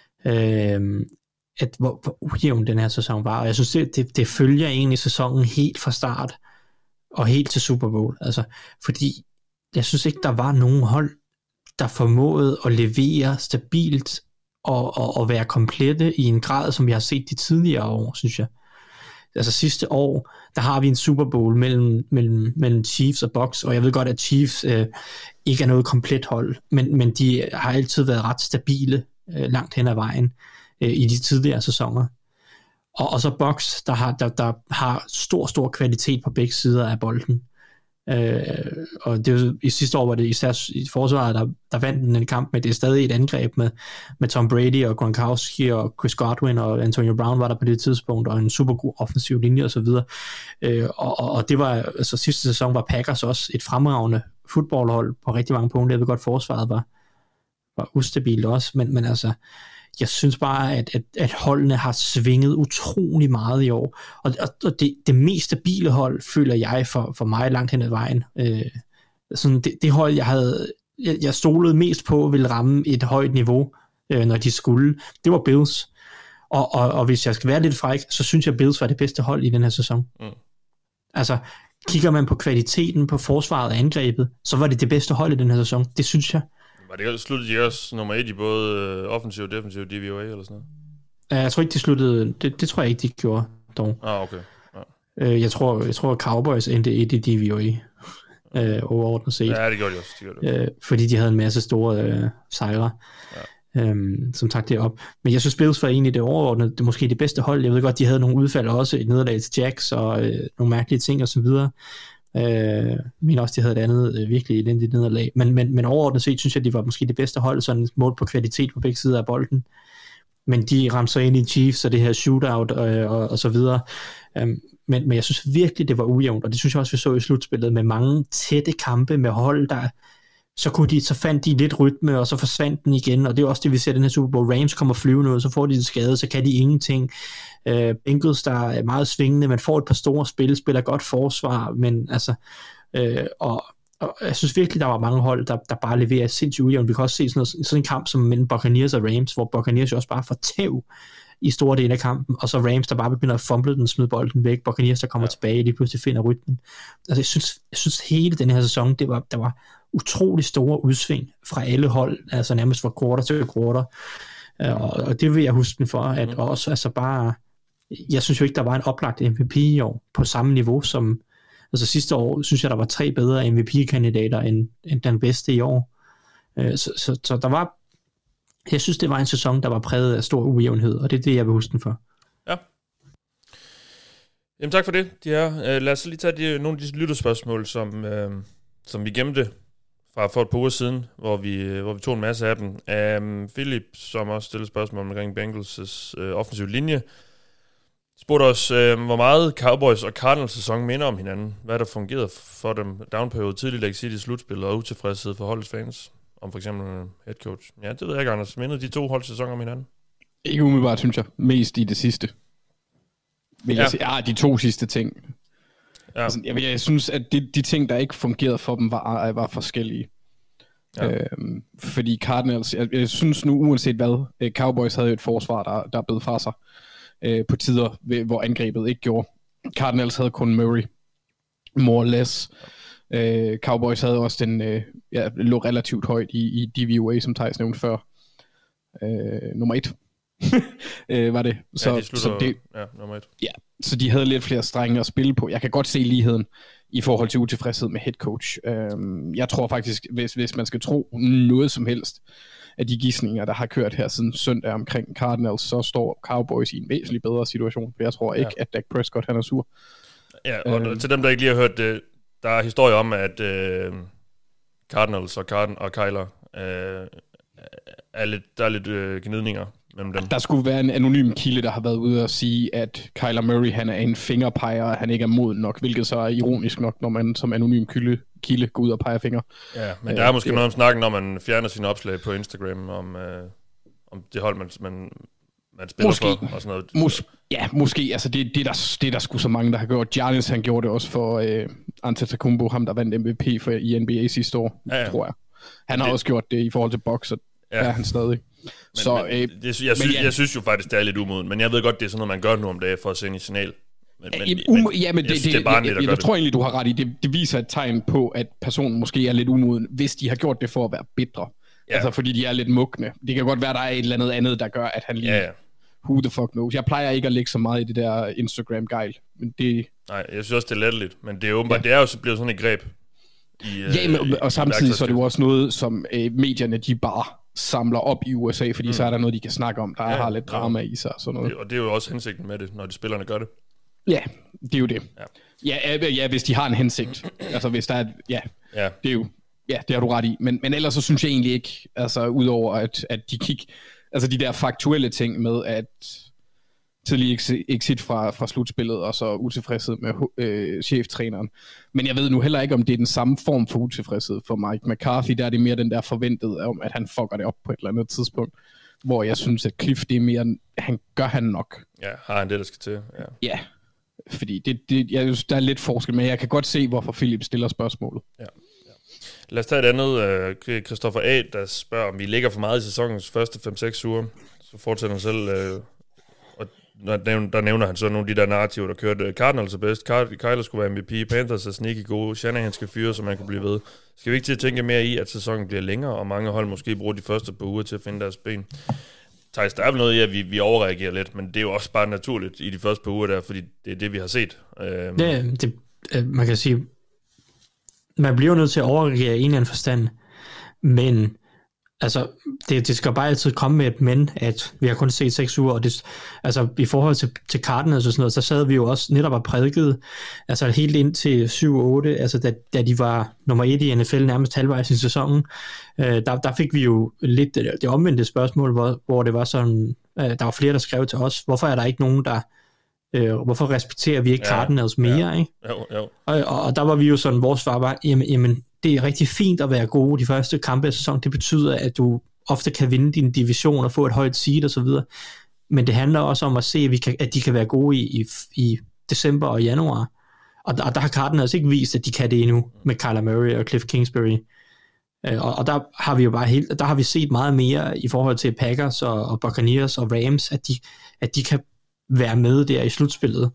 at hvor ujævn den her sæson var, og jeg synes, det følger egentlig sæsonen helt fra start, og helt til Super Bowl, altså, fordi jeg synes ikke, der var nogen hold, der formåede at levere stabilt, og være komplette i en grad, som vi har set de tidligere år, synes jeg. Altså sidste år, der har vi en Super Bowl mellem Chiefs og Bucks, og jeg ved godt, at Chiefs ikke er noget komplet hold, men de har altid været ret stabile langt hen ad vejen i de tidligere sæsoner. Og så Bucks, der har stor kvalitet på begge sider af bolden. Og det er jo, i sidste år var det især i forsvaret, der vandt den kamp, men det er stadig et angreb med Tom Brady og Gronkowski og Chris Godwin og Antonio Brown var der på det tidspunkt, og en super god offensiv linje og så videre. Og det var, altså sidste sæson var Packers også et fremragende fodboldhold på rigtig mange punkter. Jeg ved godt, forsvaret var ustabilt også, men altså jeg synes bare, at holdene har svinget utrolig meget i år. Og det mest stabile hold, føler jeg for mig langt hen ad vejen. Sådan det hold, jeg stolede mest på, ville ramme et højt niveau, når de skulle. Det var Bills. Og hvis jeg skal være lidt fræk, så synes jeg, Bills var det bedste hold i den her sæson. Altså, kigger man på kvaliteten på forsvaret og angrebet, så var det bedste hold i den her sæson. Det synes jeg. Var det sluttede de også nummer 1 i både offensiv og defensiv DVOA eller sådan noget? Jeg tror ikke, de sluttede... Det tror jeg ikke, de gjorde, dog. Okay. Ja. Jeg tror, Cowboys endte 1 i DVOA. Overordnet set. Ja, det gjorde de også. Fordi de havde en masse store sejre, som trak det op. Men jeg synes, Bills var egentlig det overordnet, det måske det bedste hold. Jeg ved godt, de havde nogle udfald også, et nederlag til Jacks og nogle mærkelige ting og så videre. Men også, de havde et andet virkelig elendigt nederlag. Men overordnet set, synes jeg, de var måske det bedste hold, sådan et mål på kvalitet på begge sider af bolden. Men de ramte så ind i Chiefs og det her shootout og så videre. Men jeg synes virkelig, det var ujævnt, og det synes jeg også, vi så i slutspillet med mange tætte kampe med hold, der så fandt de lidt rytme, og så forsvandt den igen, og det er også det, vi ser den her Super Bowl. Rams kommer flyvende ud, så får de en skade, så kan de ingenting. Bengals, der er meget svingende, man får et par store spiller godt forsvar, men altså, og jeg synes virkelig, der var mange hold, der bare leverer sindssygt ujævnt. Vi kan også se sådan en kamp som mellem Buccaneers og Rams, hvor Buccaneers jo også bare får tæv i store dele af kampen, og så Rams, der bare begynder at fumble den, smide bolden væk, Buccaneers, der kommer tilbage, lige pludselig finder rytmen. Altså, jeg synes hele den her sæson, der var utrolig store udsving fra alle hold, altså nærmest fra quarter til quarter, og det vil jeg huske den for, at også, altså bare, jeg synes jo ikke, der var en oplagt MVP i år, på samme niveau som, altså sidste år, synes jeg, der var 3 bedre MVP-kandidater, end den bedste i år. Så der var, jeg synes, det var en sæson, der var præget af stor ujævnhed, og det er det, jeg vil huske den for. Ja. Jamen tak for det, de her. Lad os lige tage nogle af de lytterspørgsmål, som vi gemte for et par uger siden, hvor vi tog en masse af dem. Philip, som også stillede spørgsmål omkring Bengals' offensiv linje, spurgte os, hvor meget Cowboys og Cardinals sæson minder om hinanden. Hvad der fungerede for dem downperiode tidligt Lake City slutspil og utilfredshed for holdets fans. Om for eksempel head coach. Ja, det ved jeg ikke, Anders. Mindede de 2 holdsæsoner om hinanden? Ikke umiddelbart, synes jeg. Mest i det sidste. Vil jeg sige, de 2 sidste ting. Ja. Altså, jeg synes, at de ting, der ikke fungerede for dem, var forskellige. Ja. Fordi Cardinals, jeg synes nu, uanset hvad, Cowboys havde jo et forsvar, der bed fra sig på tider, hvor angrebet ikke gjorde. Cardinals havde kun Murray, more or less. Cowboys havde også den lå relativt højt i DVOA, som Thijs nævnte før. Nummer 1 var det. Nummer 1. Ja, så de havde lidt flere strenge at spille på. Jeg kan godt se ligheden i forhold til utilfredshed med head coach. Jeg tror faktisk, hvis man skal tro noget som helst af de gidsninger, der har kørt her siden søndag omkring Cardinals, så står Cowboys i en væsentlig bedre situation. For jeg tror ikke, at Dak Prescott han er sur. Ja, og til dem, der ikke lige har hørt det, der er historie om, at Cardinals og Kyler der er lidt gnidninger mellem dem. Der skulle være en anonym kilde, der har været ude og sige, at Kyler Murray han er en fingerpeger, og han ikke er moden nok, hvilket så er ironisk nok, når man som anonym kilde går ud og peger fingre. Ja, men der er måske noget om snakken, når man fjerner sine opslag på Instagram, om det hold, man spiller måske for, og sådan noget. Måske. Altså, det er der sgu så mange, der har gjort. Giannis, han gjorde det også for Antetokounmpo, ham der vandt MVP i NBA sidste år, tror jeg. Han har også gjort det i forhold til boks, og er han stadig. Jeg synes jo faktisk, det er lidt umoden, men jeg ved godt, det er sådan noget, man gør nu om dagen for at sende et signal. Men jeg tror egentlig, du har ret i. Det viser et tegn på, at personen måske er lidt umoden, hvis de har gjort det for at være bitre. Ja. Altså fordi de er lidt mugne. Det kan godt være, der er et eller andet, der gør, at han lige... Ja. Who the fuck knows. Jeg plejer ikke at lægge så meget i det der Instagram-gejl, men det... Nej, jeg synes også, det er letterligt, men det er åbenbart, det er jo blevet sådan et greb. Og samtidig så er det jo også noget, som medierne, de bare samler op i USA, fordi så er der noget, de kan snakke om, der har lidt drama i sig og sådan noget. Og det er jo også hensigten med det, når de spillerne gør det. Ja, det er jo det. Ja, hvis de har en hensigt. Altså hvis der er... Ja, det er jo... Ja, det har du ret i. Men ellers så synes jeg egentlig ikke, altså udover at de kigger... Altså de der faktuelle ting med, at tidlig exit fra slutspillet, og så utilfredshed med cheftræneren. Men jeg ved nu heller ikke, om det er den samme form for utilfredshed for Mike McCarthy. Der er det mere den der forventede om, at han fucker det op på et eller andet tidspunkt. Hvor jeg synes, at Cliff, det er mere, han nok. Ja, har han det, der skal til? Ja, fordi jeg synes, der er lidt forskel, men jeg kan godt se, hvorfor Philip stiller spørgsmålet. Ja. Lad os tage et andet. Christoffer A., der spørger, om vi ligger for meget i sæsonens første 5-6 uger. Så fortsætter han selv. Og der nævner han så nogle af de der narrativer, der kørte Cardinals er bedst. Kyler skulle være MVP, Panthers er sneaky gode, Shanahan skal fyre, så man kan blive ved. Skal vi ikke til at tænke mere i, at sæsonen bliver længere, og mange hold måske bruger de første par uger til at finde deres ben? Thijs, der er vel noget i, at vi overreagerer lidt, men det er jo også bare naturligt i de første par uger der, fordi det er det, vi har set. Man kan sige, man bliver nødt til at overreagere i en eller anden forstand, men altså, det skal bare altid komme med et men, at vi har kun set 6 uger, og det, altså i forhold til Cardinals og sådan noget, så sad vi jo også netop og prædikede, altså helt ind til 7-8, altså da de var nummer 1 i NFL nærmest halvvejs i sæsonen, der fik vi jo lidt det omvendte spørgsmål, hvor det var sådan, der var flere, der skrev til os, hvorfor er der ikke nogen, der hvorfor respekterer vi ikke Cardinals mere, ikke? Jo. Og der var vi jo sådan, vores svar var, jamen det er rigtig fint at være gode de første kampe af sæsonen. Det betyder, at du ofte kan vinde din division og få et højt seed og så videre. Men det handler også om at se, at de kan være gode i december og januar. Og der har Cardinals ikke vist, at de kan det endnu med Kyler Murray og Cliff Kingsbury. Og der har vi jo bare der har vi set meget mere i forhold til Packers og Buccaneers og Rams, at de kan være med der i slutspillet.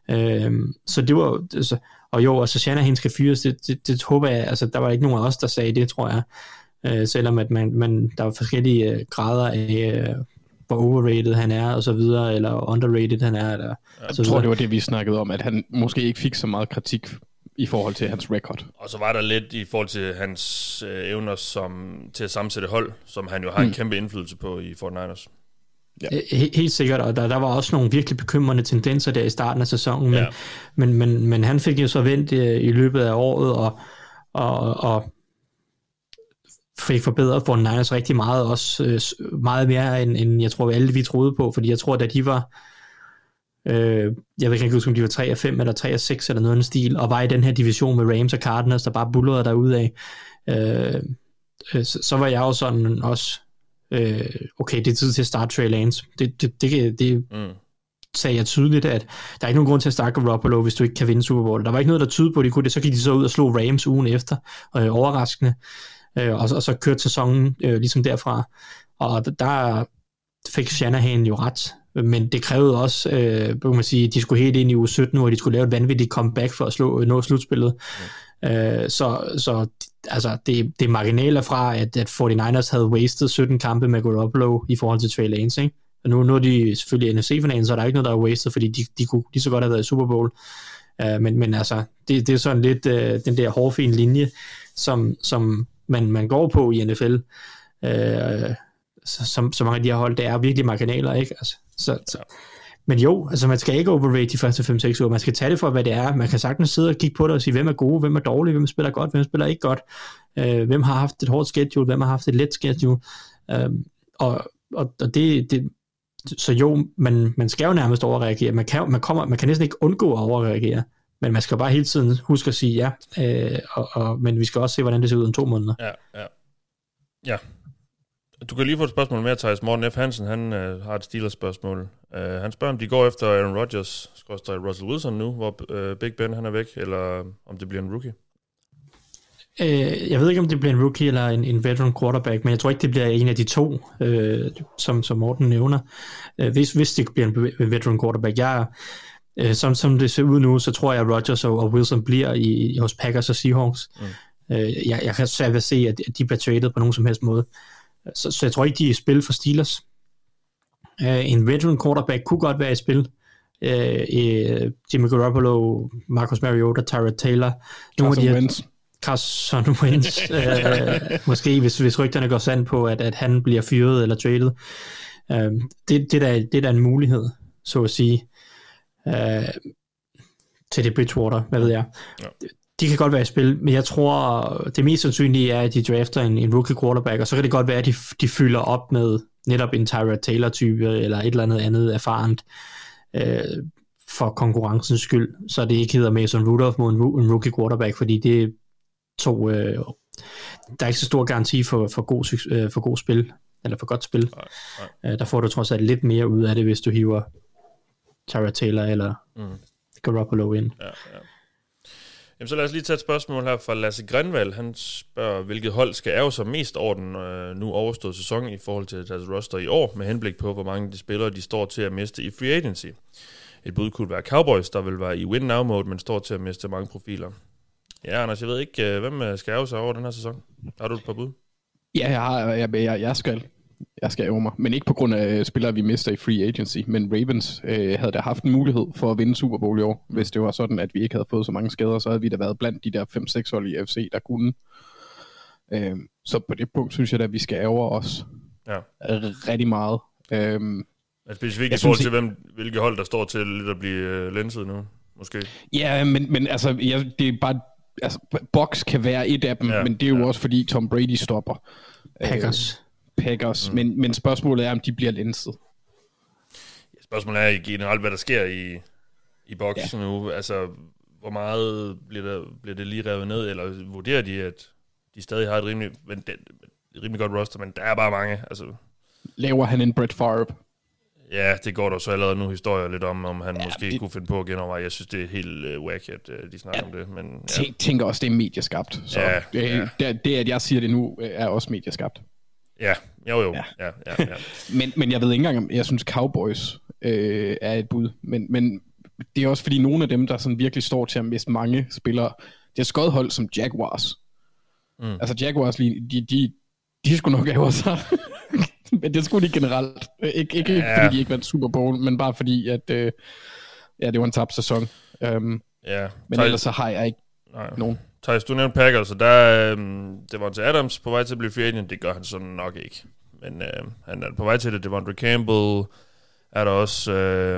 Så det var... Altså, og jo, altså Shanahan skal fyres, det håber jeg, altså der var ikke nogen af os, der sagde det, tror jeg. Selvom at man der var forskellige grader af, hvor overrated han er, og så videre, eller underrated han er. Eller, jeg tror, det var det, vi snakkede om, at han måske ikke fik så meget kritik i forhold til hans record. Og så var der lidt i forhold til hans evner til at sammensætte hold, som han jo har en kæmpe indflydelse på i 49ers. Ja. Helt sikkert, og der var også nogle virkelig bekymrende tendenser der i starten af sæsonen, men han fik jo så vendt i løbet af året, og fik forbedret 49ers rigtig meget, også meget mere end jeg tror alle vi troede på, fordi jeg tror, da de var jeg ved ikke huske, om de var 3-5 eller 3-6 eller noget af stil, og var i den her division med Rams og Cardinals, der bare bullerede derudad, så var jeg jo sådan også okay, det er tid til at starte Trey Lance. Det sagde jeg tydeligt, at der er ikke nogen grund til at starte Garoppolo, hvis du ikke kan vinde Super Bowl. Der var ikke noget, der tydede på, at de kunne det. Så gik de så ud og slog Rams ugen efter, overraskende, og så kørte sæsonen ligesom derfra. Og der fik Shanahan jo ret, men det krævede også, kan man sige, de skulle helt ind i uge 17, hvor de skulle lave et vanvittigt comeback for at nå slutspillet. Så altså det er marginaler fra, at 49ers havde wasted 17 kampe med Garoppolo i forhold til Trey Lance, ikke? Og nu er de selvfølgelig NFC-finalen, så er der ikke noget, der er wasted, fordi de kunne lige så godt have været i Super Bowl. Men altså, det er sådan lidt den der hårfine linje, som man går på i NFL. Så mange af de her hold, det er virkelig marginaler, ikke? Altså, så. Men jo, altså man skal ikke overrate de første 5-6 uger, man skal tage det for, hvad det er. Man kan sagtens sidde og kigge på det og sige, hvem er gode, hvem er dårlige, hvem spiller godt, hvem spiller ikke godt, hvem har haft et hårdt schedule, hvem har haft et let schedule. Og det så jo, man skal jo nærmest overreagere. Man kan næsten ikke undgå at overreagere, men man skal bare hele tiden huske at sige ja, men vi skal også se, hvordan det ser ud om 2 måneder. Ja. Du kan lige få et spørgsmål mere, Thijs. Morten F. Hansen, han har et Steelers-spørgsmål. Han spørger, om de går efter Aaron Rodgers, Russell Wilson nu, hvor Big Ben han er væk, eller om det bliver en rookie? Jeg ved ikke, om det bliver en rookie eller en veteran quarterback, men jeg tror ikke, det bliver en af de to, som Morten nævner. Hvis det bliver en veteran quarterback. Som det ser ud nu, så tror jeg, at Rodgers og Wilson bliver hos Packers og Seahawks. Jeg kan svært ved at se, at de bliver traded på nogen som helst måde. Så jeg tror ikke, de er i spil for Steelers. En veteran quarterback kunne godt være i spil. Jimmy Garoppolo, Marcus Mariota, Tyrod Taylor, Carson Wentz. Måske hvis rygterne går sand på, at han bliver fyret eller traded. Det er da en mulighed, så at sige. Til det Bridgewater, hvad ved jeg. Ja. De kan godt være i spil, men jeg tror, det mest sandsynlige er, at de drafter en rookie quarterback, og så kan det godt være, at de fylder op med netop en Tyrod Taylor-type, eller et eller andet erfarent, for konkurrencens skyld, så det ikke hedder Mason Rudolph mod en rookie quarterback, fordi det der er ikke så stor garanti for god spil, eller for godt spil. Nej. Der får du trods alt lidt mere ud af det, hvis du hiver Tyrod Taylor eller Garoppolo ind. Ja. Jamen, så lad os lige tage et spørgsmål her fra Lasse Grenvald. Han spørger, hvilket hold skal ærge sig mest over den nu overståede sæson i forhold til deres roster i år, med henblik på, hvor mange de spillere, de står til at miste i free agency. Et bud kunne være Cowboys, der vil være i win-now-mode, men står til at miste mange profiler. Ja, Anders, jeg ved ikke, hvem skal ærge sig over den her sæson? Har du et par bud? Ja, jeg skal ærge mig, men ikke på grund af spillere, vi mister i free agency, men Ravens havde da haft en mulighed for at vinde Super Bowl i år, hvis det var sådan, at vi ikke havde fået så mange skader, så havde vi da været blandt de der 5-6 hold i AFC, der kunne. Så på det punkt synes jeg da, at vi skal ærge os rigtig meget. Specifikt i forhold til, hvilke hold, der står til lidt at blive lænset nu, måske? Ja, men altså, det er bare... Altså, Bucks kan være et af dem, men det er jo også fordi Tom Brady stopper. Packers. Men spørgsmålet er, om de bliver lænset. Ja, spørgsmålet er generelt, hvad der sker i Bucks nu. Altså, hvor meget bliver det lige revet ned, eller vurderer de, at de stadig har et rimelig godt roster, men der er bare mange. Altså. Laver han en Brett Favre? Ja, det går der så allerede nu historier lidt om han måske kunne finde på at genoverveje. Jeg synes, det er helt wack, at de snakker om det. Men, tænker også, det er medieskabt. Så det, at jeg siger det nu, er også medieskabt. Ja, jo. Ja. men jeg ved ikke engang, om jeg synes, Cowboys er et bud. Men det er også fordi, nogle af dem, der sådan virkelig står til at miste mange spillere, det er skodhold som Jaguars. Altså Jaguars, de skulle nok have sig. Men det skulle de generelt. Ikke fordi de ikke vandt Super Bowl, men bare fordi, at det var en tabt sæson. Men ellers så har jeg ikke nogen. Thijs, du nævnte Packers, så der det var til Adams på vej til at blive free agent. Det gør han sådan nok ikke. Men han er på vej til det. Det var Andre Campbell. Er der også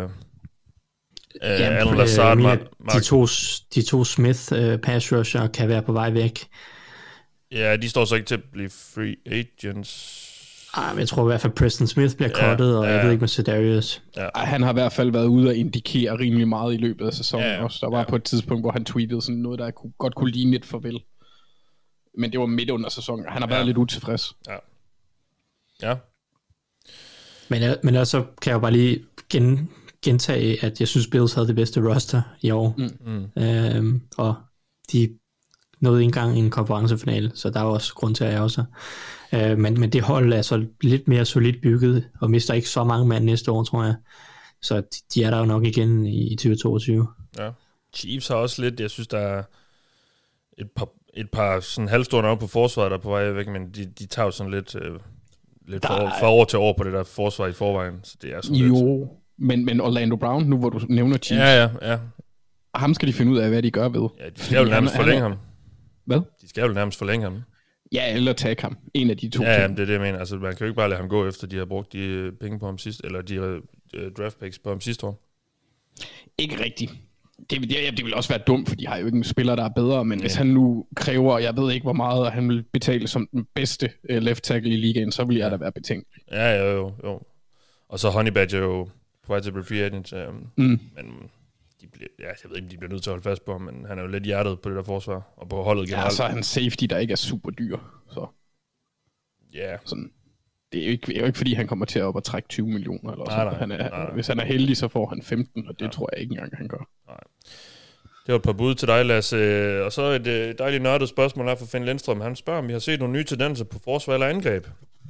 Alan Lazard. De to Smith pass rusher kan være på vej væk. Ja, de står så ikke til at blive free agents. Men jeg tror i hvert fald, Preston Smith bliver cuttet, og jeg ved ikke med Sedarius. Han har i hvert fald været ude og indikere rimelig meget i løbet af sæsonen også. Der var på et tidspunkt, hvor han tweetede sådan noget, der godt kunne ligne et farvel. Men det var midt under sæsonen, og han har været lidt utilfreds. Ja. Men altså kan jeg jo bare lige gentage, at jeg synes, Bills havde det bedste roster i år. Og de nåede engang i en konferencefinale, så der er også grund til at jeg også. Men det hold er så lidt mere solidt bygget, og mister ikke så mange mand næste år, tror jeg. Så de er der jo nok igen i 2022. Ja. Chiefs har også lidt, jeg synes, der er et par sådan halvstore navne på forsvaret, der er på vej væk, men de tager jo sådan lidt fra år til år på det der forsvar i forvejen. Så det er sådan men Orlando Brown, nu hvor du nævner Chiefs, ja. Ham skal de finde ud af, hvad de gør ved. Ja, de skal jo nærmest forlænge ham. Hvad? De skal jo nærmest forlænge ham. Ja, eller tage ham. En af de to ting. Jamen, det er det, jeg mener. Altså, man kan jo ikke bare lade ham gå, efter de har brugt de penge på ham sidst, eller de draft picks på ham sidste år. Ikke rigtigt. Det vil også være dumt, for de har jo ikke en spiller, der er bedre, men hvis han nu kræver, jeg ved ikke hvor meget, og han vil betale som den bedste left tackle i ligaen, så vil jeg da være betænkelig. Ja, jo. Og så Honey Badger jo på vej til at blive free agent, men jeg ved ikke, de bliver nødt til at holde fast på ham, men han er jo lidt hjertet på det der forsvar, og på holdet generelt. Ja, så er han safety, der ikke er super dyr, så. Ja. Sådan. Det er jo ikke, fordi han kommer til at op og trække 20 millioner, eller sådan. Nej. Hvis han er heldig, så får han 15, og det tror jeg ikke engang, han gør. Nej. Det var et par bud til dig, Lasse. Og så et dejligt nørdet spørgsmål her fra Finn Lindstrøm. Han spørger, om vi har set nogle nye tendenser på forsvar eller angreb.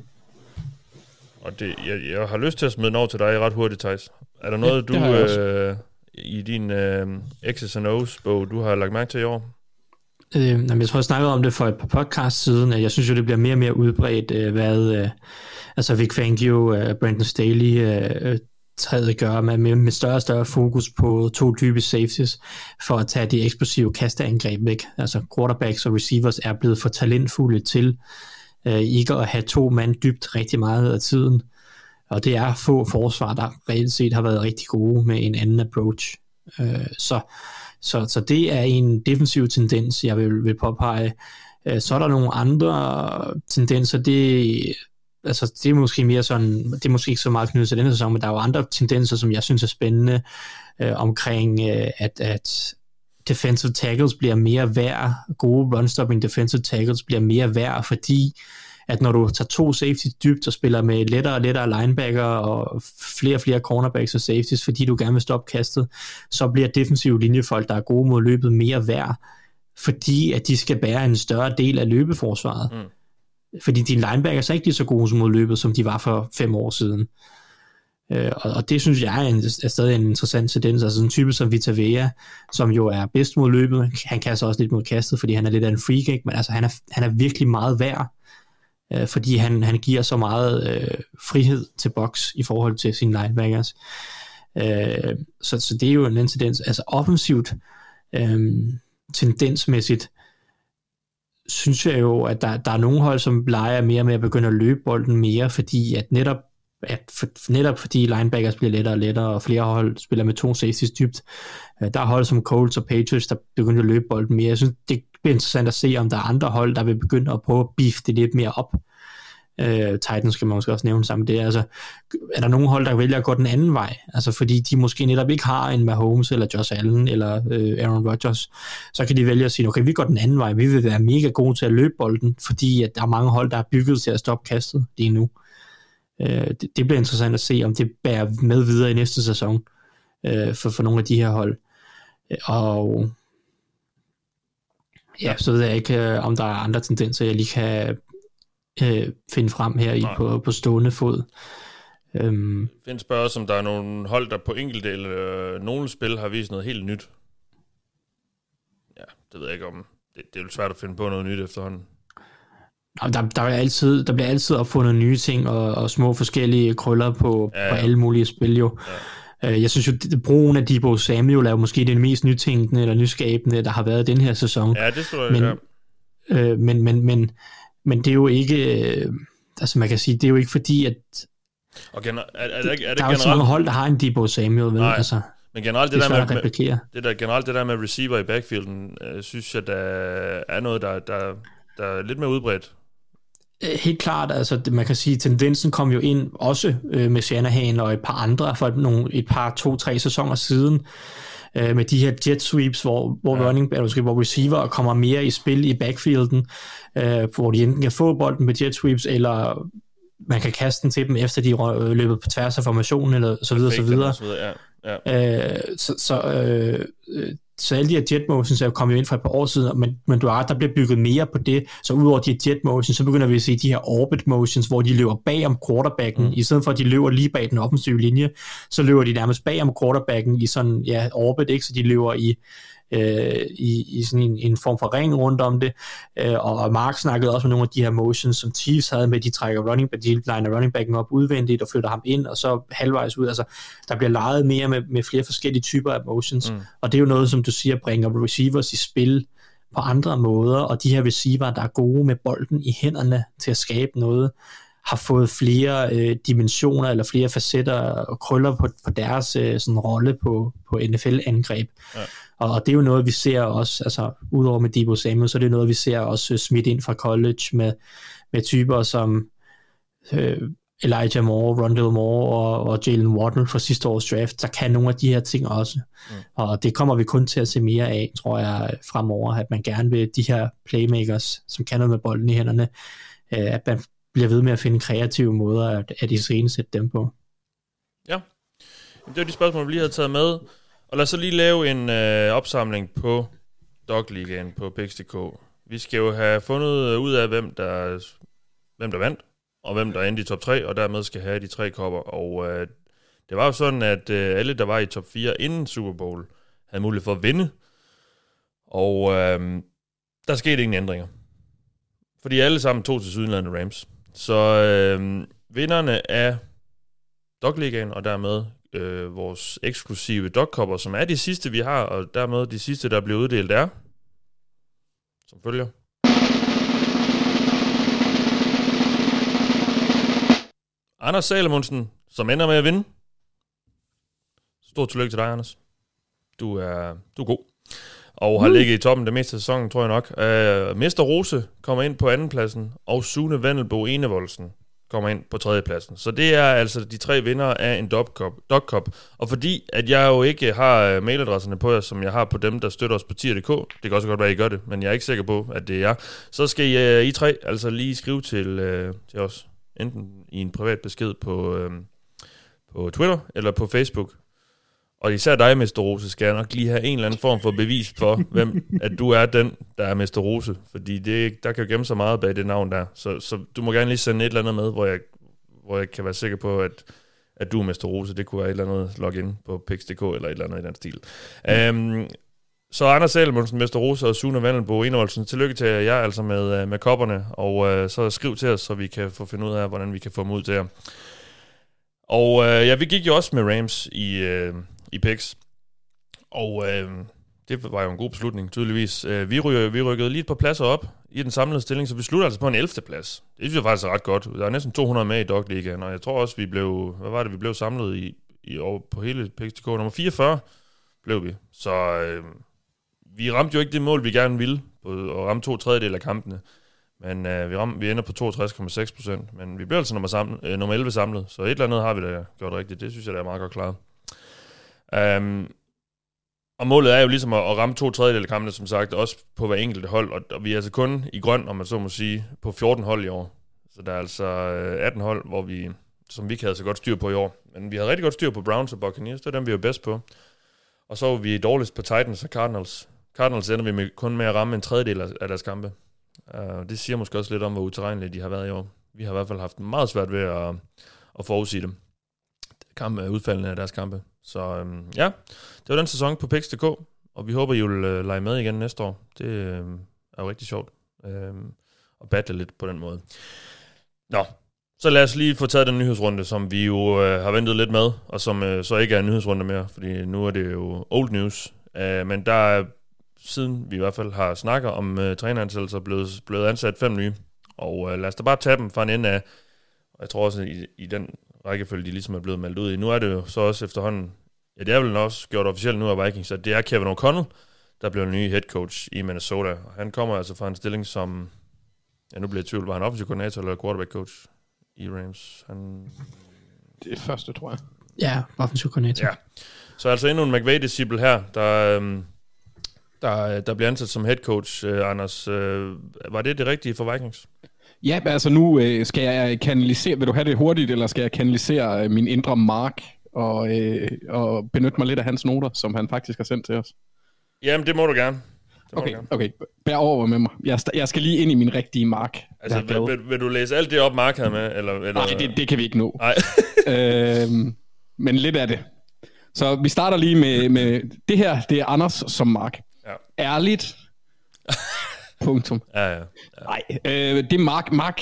Og jeg har lyst til at smide den over til dig ret hurtigt, Thijs. Er der noget, du i din X's and O's bog, du har lagt mærke til i år? Jeg tror, jeg snakkede om det for et par podcasts siden, at jeg synes jo, det bliver mere og mere udbredt, hvad Vic Fangio, Brandon Staley træet gør med større og større fokus på to typer safeties, for at tage de eksplosive kasteangreb væk. Altså quarterbacks og receivers er blevet for talentfulde til ikke at have to mand dybt rigtig meget af tiden. Og det er få forsvar, der reelt set har været rigtig gode med en anden approach. Så det er en defensiv tendens, jeg vil påpege. Så er der nogle andre tendenser, det er måske mere sådan, det er måske ikke så meget knyttet til denne sæson, men der er jo andre tendenser, som jeg synes er spændende, omkring at defensive tackles bliver mere værd, gode run-stopping defensive tackles bliver mere værd, fordi at når du tager to safety dybt og spiller med lettere linebacker og flere cornerbacks og safeties, fordi du gerne vil stoppe kastet, så bliver defensive linjefolk, der er gode mod løbet, mere værd. fordi at de skal bære en større del af løbeforsvaret. Fordi dine linebackers er ikke lige så gode som mod løbet, som de var for 5 år siden. Og det synes jeg er stadig en interessant tendens. Altså en type som Vita Vea, som jo er bedst mod løbet, han kaster også lidt mod kastet, fordi han er lidt af en freak, ikke? Men altså han er virkelig meget værd, fordi han giver så meget frihed til box i forhold til sine linebackers. Så det er jo en tendens. Altså offensivt, tendensmæssigt, synes jeg jo, at der er nogle hold, som leger mere med at begynde at løbe bolden mere, fordi at netop fordi linebackers bliver lettere og lettere, og flere hold spiller med 2 safeties dybt. Der er hold som Colts og Patriots, der begynder at løbe bolden mere. Jeg synes, det bliver interessant at se, om der er andre hold, der vil begynde at prøve at beef det lidt mere op. Titans skal man måske også nævne sammen med det. Altså, er der nogle hold, der vælger at gå den anden vej? Altså, fordi de måske netop ikke har en Mahomes, eller Josh Allen, eller Aaron Rodgers, så kan de vælge at sige, okay, vi går den anden vej. Vi vil være mega gode til at løbe bolden, fordi at der er mange hold, der er bygget til at stoppe kastet lige nu. Det bliver interessant at se, om det bærer med videre i næste sæson for nogle af de her hold. Og ja, så ved jeg ikke, om der er andre tendenser, jeg lige kan finde frem her på stående fod. Findes spørger, om der er nogle hold, der på enkelte eller nogle spil har vist noget helt nyt. Ja, det ved jeg ikke om. Det er jo svært at finde på noget nyt efterhånden. Der bliver altid opfundet nye ting og små forskellige krøller på alle mulige spil jo. Ja. Jeg synes jo, at brugen af Deebo Samuel er jo måske det mest nytænkende eller nyskabende, der har været den her sæson. Ja, det tror jeg, men det er jo ikke, altså man kan sige, det er jo ikke fordi, at og der er jo så mange hold, der har en Deebo Samuel, vel? Altså, men generelt det der med receiver i backfielden, synes jeg, der er noget, der er lidt mere udbredt. Helt klart, altså man kan sige, tendensen kom jo ind også med Shanahan og et par andre for et par 2-3 sæsoner siden, med de her jet sweeps, hvor receiver kommer mere i spil i backfielden, hvor de enten kan få bolden med jet sweeps, eller man kan kaste den til dem, efter de er løbet på tværs af formationen, eller så videre. Så alle de her jet motions er jo kommet ind for et par år siden, men der bliver bygget mere på det, så udover de her jet motions, så begynder vi at se de her orbit motions, hvor de løber bag om quarterbacken, i stedet for at de løber lige bag den offensive linje, så løber de nærmest bag om quarterbacken i sådan, orbit, ikke? Så de løber i sådan en form for ring rundt om det, og Mark snakkede også med nogle af de her motions, som Chiefs havde med, de trækker de liner running backen op udvendigt og flytter ham ind, og så halvvejs ud, altså der bliver leget mere med flere forskellige typer af motions, og det er jo noget, som du siger, bringer receivers i spil på andre måder, og de her receiver, der er gode med bolden i hænderne til at skabe noget, har fået flere dimensioner eller flere facetter og krøller på deres sådan rolle på NFL-angreb. Ja. Og det er jo noget, vi ser også, altså udover med Deebo Samuel, så er det noget, vi ser også smidt ind fra college med typer som Elijah Moore, Rondale Moore og Jalen Waddle fra sidste års draft, der kan nogle af de her ting også. Og det kommer vi kun til at se mere af, tror jeg, fremover, at man gerne vil de her playmakers, som kan noget med bolden i hænderne, at man bliver ved med at finde kreative måder at iscenesætte dem på. Ja, det var de spørgsmål, vi lige havde taget med. Og lad os så lige lave en opsamling på Dog-ligaen på Pix.dk. Vi skal jo have fundet ud af, hvem der vandt, og hvem der endte i top 3, og dermed skal have de 3 kopper. Og det var jo sådan, at alle, der var i top 4 inden Super Bowl, havde mulighed for at vinde. Og der skete ingen ændringer. Fordi alle sammen tog til Sydlandene Rams. Så vinderne af Dog-ligaen, og dermed vores eksklusive Dog-kopper, som er de sidste, vi har, og dermed de sidste, der bliver uddelt, er som følger. Anders Salomonsen, som ender med at vinde. Stort tillykke til dig, Anders. Du er god. Og har ligget i toppen det meste af sæsonen, tror jeg nok. Mester Rose kommer ind på andenpladsen, og Sune Vendelbo Enevoldsen kommer ind på tredjepladsen. Så det er altså de 3 vindere af en Dog-Cup. Og fordi at jeg jo ikke har mailadresserne på jer, som jeg har på dem, der støtter os på tier.dk, det kan også godt være, at I gør det, men jeg er ikke sikker på, at det er så skal I 3 altså lige skrive til os, enten i en privat besked på Twitter eller på Facebook, Og især dig, Mr. Rose, skal jeg nok lige have en eller anden form for bevis for, at du er den, der er Mr. Rose. Fordi der kan jo gemme så meget bag det navn der. Så du må gerne lige sende et eller andet med, hvor jeg kan være sikker på, at du er Mr. Rose. Det kunne være et eller andet login på Pix.dk eller et eller andet i den stil. Så Anders Salomonsen, Mr. Rose og Sune Vandelbo Enholsen, tillykke til jer altså med kopperne. Og så skriv til os, så vi kan få finde ud af, hvordan vi kan få dem ud til jer. Og vi gik jo også med Rams i Pix. Og det var jo en god beslutning, tydeligvis. Vi rykkede lige et par pladser op i den samlede stilling, så vi slutter altså på en 11. plads. Det synes jeg faktisk er ret godt. Der er næsten 200 med i Dog-ligaen, og jeg tror også, vi blev samlet i år på hele Pix.dk. Nummer 44 blev vi. Så vi ramte jo ikke det mål, vi gerne ville, og ramte 2/3 af kampene. Men vi ender på 62,6%, men vi blev altså nummer 11 samlet, så et eller andet har vi da gjort rigtigt. Det synes jeg, der er meget godt klaret. Og målet er jo ligesom at ramme 2/3 af kampene, som sagt, også på hver enkelte hold, og vi er altså kun i grøn, om man så må sige, på 14 hold i år. Så der er altså 18 hold, som vi ikke havde så godt styr på i år. Men vi havde rigtig godt styr på Browns og Buccaneers, det er dem, vi er bedst på. Og så var vi dårligst på Titans og Cardinals. Cardinals ender vi kun med at ramme 1/3 af deres kampe. Det siger måske også lidt om, hvor utilregnelige de har været i år. Vi har i hvert fald haft meget svært ved at forudsige dem. Udfaldene af deres kampe. Så det var den sæson på Pix.dk, og vi håber, I vil lege med igen næste år. Det er jo rigtig sjovt at battle lidt på den måde. Nå, så lad os lige få taget den nyhedsrunde, som vi jo har ventet lidt med, og som så ikke er en nyhedsrunde mere, fordi nu er det jo old news. Men der er, siden vi i hvert fald har snakket om træneransættelser, blevet ansat 5 nye. Og lad os da bare tage dem fra en ende af, og jeg tror også i den rækkefølge, de ligesom er blevet meldt ud i. Nu er det jo så også efterhånden, ja, det er vel også gjort officielt nu af Vikings, at det er Kevin O'Connell, der bliver en ny head coach i Minnesota. Og han kommer altså fra en stilling som, ja, nu bliver jeg i tvivl, var han offensiv koordinator eller quarterback coach i Rams? Det første, tror jeg. Ja, offensiv koordinator. Ja. Så altså endnu en McVay-disciple her, der bliver ansat som head coach. Anders, var det rigtige for Vikings? Ja, altså nu skal jeg kanalisere, vil du have det hurtigt, eller skal jeg kanalisere min indre Mark og benytte mig lidt af hans noter, som han faktisk har sendt til os? Jamen, det må du gerne. Okay, bær over med mig. Jeg skal lige ind i min rigtige Mark. Altså, vil du læse alt det op, Mark havde med? Eller? Nej, det kan vi ikke nå. Nej. Men lidt af det. Så vi starter lige med det her, det er Anders som Mark. Ja. Ærligt. Punktum. Ja. Nej, det er Mark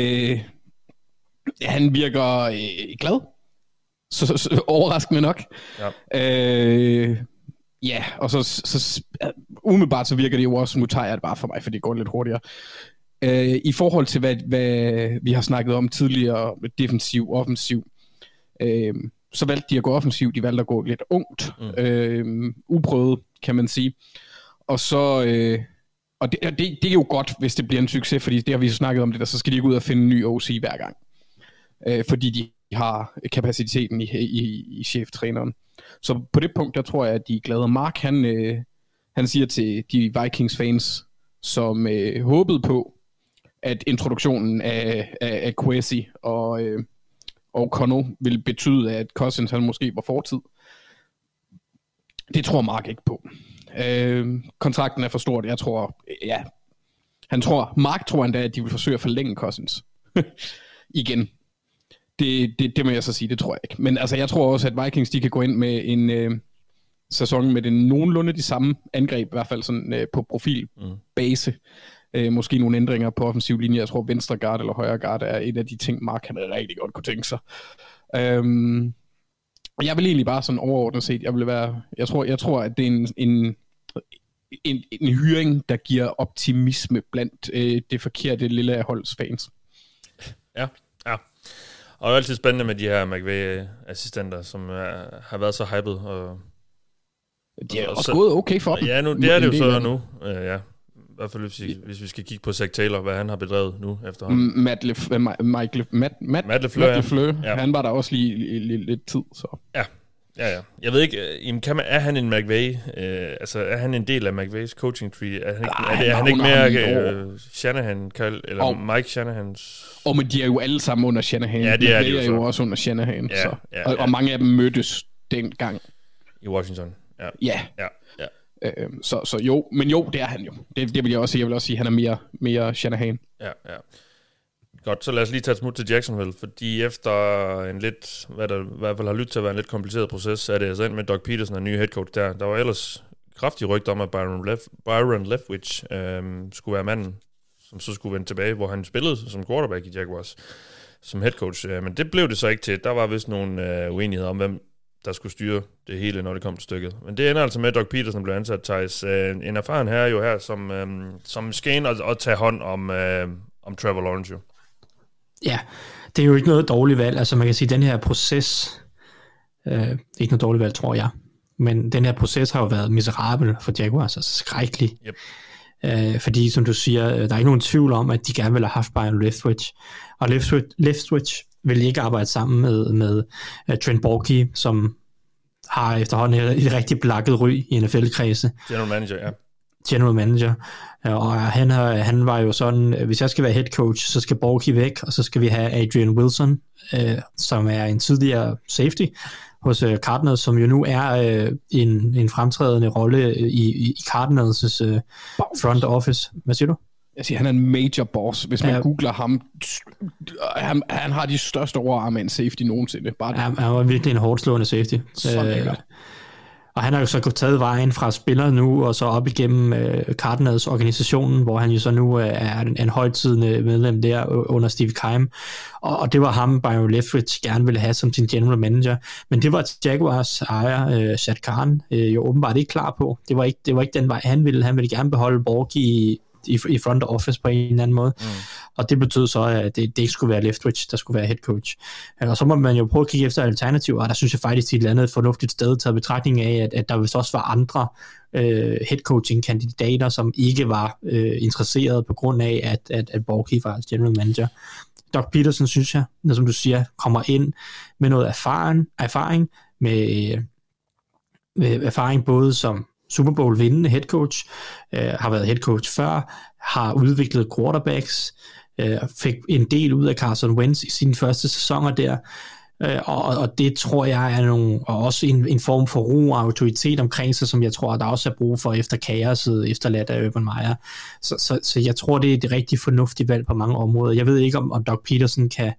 han virker glad. Så overraskende nok. Ja. Ja, og så umiddelbart så virker det jo også, nu tager jeg det bare for mig, for det går lidt hurtigere. I forhold til, hvad vi har snakket om tidligere, defensiv, offensiv, så valgte de at gå offensiv, de valgte at gå lidt ungt, uprøvet, kan man sige. Og så, og det er jo godt, hvis det bliver en succes, fordi det har vi jo snakket om det der, så skal de gå ud og finde en ny OC hver gang. Fordi de har kapaciteten i cheftræneren. Så på det punkt, der tror jeg, at de er glade. Mark, han siger til de Vikings-fans, som håbede på, at introduktionen af Kwesi og O'Connell ville betyde, at Cousins han måske var fortid. Det tror Mark ikke på. Kontrakten er for stort. Jeg tror, ja. Mark tror endda, at de vil forsøge at forlænge Cousins. Igen. Det må jeg så sige, det tror jeg ikke. Men altså, jeg tror også, at Vikings, de kan gå ind med en sæson med den nogenlunde de samme angreb, i hvert fald sådan på profilbase. Måske nogle ændringer på offensiv linje. Jeg tror, venstre guard eller højre guard er et af de ting, Mark han rigtig godt kunne tænke sig. Jeg vil egentlig bare sådan overordnet set, jeg tror, at det er en hyring, der giver optimisme blandt det forkerte lille af holds fans. Ja. Og det er altid spændende med de her McVay-assistenter, som har været så hyped. Og de er også gået okay for dem. Ja, nu, det er det jo så nu. Ja. I hvert fald, hvis vi skal kigge på Zach Taylor, hvad han har bedrevet nu efterhånden. Matt LeFleur. Ja. Han var der også lige lidt tid. Så. Ja. Jeg ved ikke, er han en McVay? Altså, er han en del af McVays coaching tree? Er han ikke mere Shanahan, eller Mike Shanahans? Men de er jo alle sammen under Shanahan. Ja, det er de jo også under Shanahan. Ja. Og mange af dem mødtes dengang. i Washington. Ja. Så jo, men jo, det er han jo. Det vil jeg også sige. Jeg vil også sige, at han er mere Shanahan. Ja. Godt, så lad os lige tage et smut til Jacksonville, fordi efter en lidt, hvad der i hvert fald har lyttet til at være en lidt kompliceret proces, så er det altså ind med Doug Peterson og ny head coach der. Der var ellers kraftig rygter om, at Byron Leftwich skulle være manden, som så skulle vende tilbage, hvor han spillede som quarterback i Jaguars som head coach. Men det blev det så ikke til. Der var vist nogle uenigheder om, hvem der skulle styre det hele, når det kom til stykket. Men det ender altså med, at Doug Peterson blev ansat, Thijs. En erfaren herre jo her, som skal ind og tage hånd om Trevor Lawrence jo. Ja, det er jo ikke noget dårligt valg. Altså man kan sige, at den her proces, ikke noget dårligt valg, tror jeg, men den her proces har jo været miserabel for Jaguars, altså skrækkelig. Yep. Fordi, som du siger, der er ikke nogen tvivl om, at de gerne ville have haft Byron Leftwich. Og Leftwich vil ikke arbejde sammen med Trent Baalke, som har efterhånden et rigtig blakket ry i NFL-kredse. General manager. Og han var jo sådan, hvis jeg skal være head coach, så skal Baalke væk, og så skal vi have Adrian Wilson, som er en tidligere safety hos Cardinals, som jo nu er en fremtrædende rolle i Cardinals' front office. Hvad siger du? Jeg siger, han er en major boss. Hvis man googler ham, han har de største overarme af en safety nogensinde. Han var virkelig en hårdt slående safety. Og han har jo så taget vejen fra spiller nu, og så op igennem Cardinals organisationen, hvor han jo så nu er en højtidende medlem der under Steve Keim. Og det var ham, Byron Leftwich gerne ville have som sin general manager. Men det var Jaguars ejer, Shad Khan, jo åbenbart ikke klar på. Det var ikke den vej, han ville. Han ville gerne beholde Baalke i front office på en eller anden måde. Og det betød så, at det ikke skulle være Leftwich, der skulle være head coach. Og så må man jo prøve at kigge efter alternativer, og der synes jeg faktisk, det er et andet fornuftigt sted taget betragtning af, at der vist også var andre head coaching kandidater, som ikke var interesseret på grund af, at Baalke var general manager. Doug Peterson, synes jeg, som du siger, kommer ind med noget erfaring med erfaring både som Super Bowl vindende head coach, har været head coach før, har udviklet quarterbacks, fik en del ud af Carson Wentz i sine første sæsoner der, og det tror jeg er og også en form for ro og autoritet omkring sig, som jeg tror, der også er brug for efter kaoset efterladt af Urban Meyer. Så jeg tror, det er et rigtig fornuftigt valg på mange områder. Jeg ved ikke, om Doug Peterson kan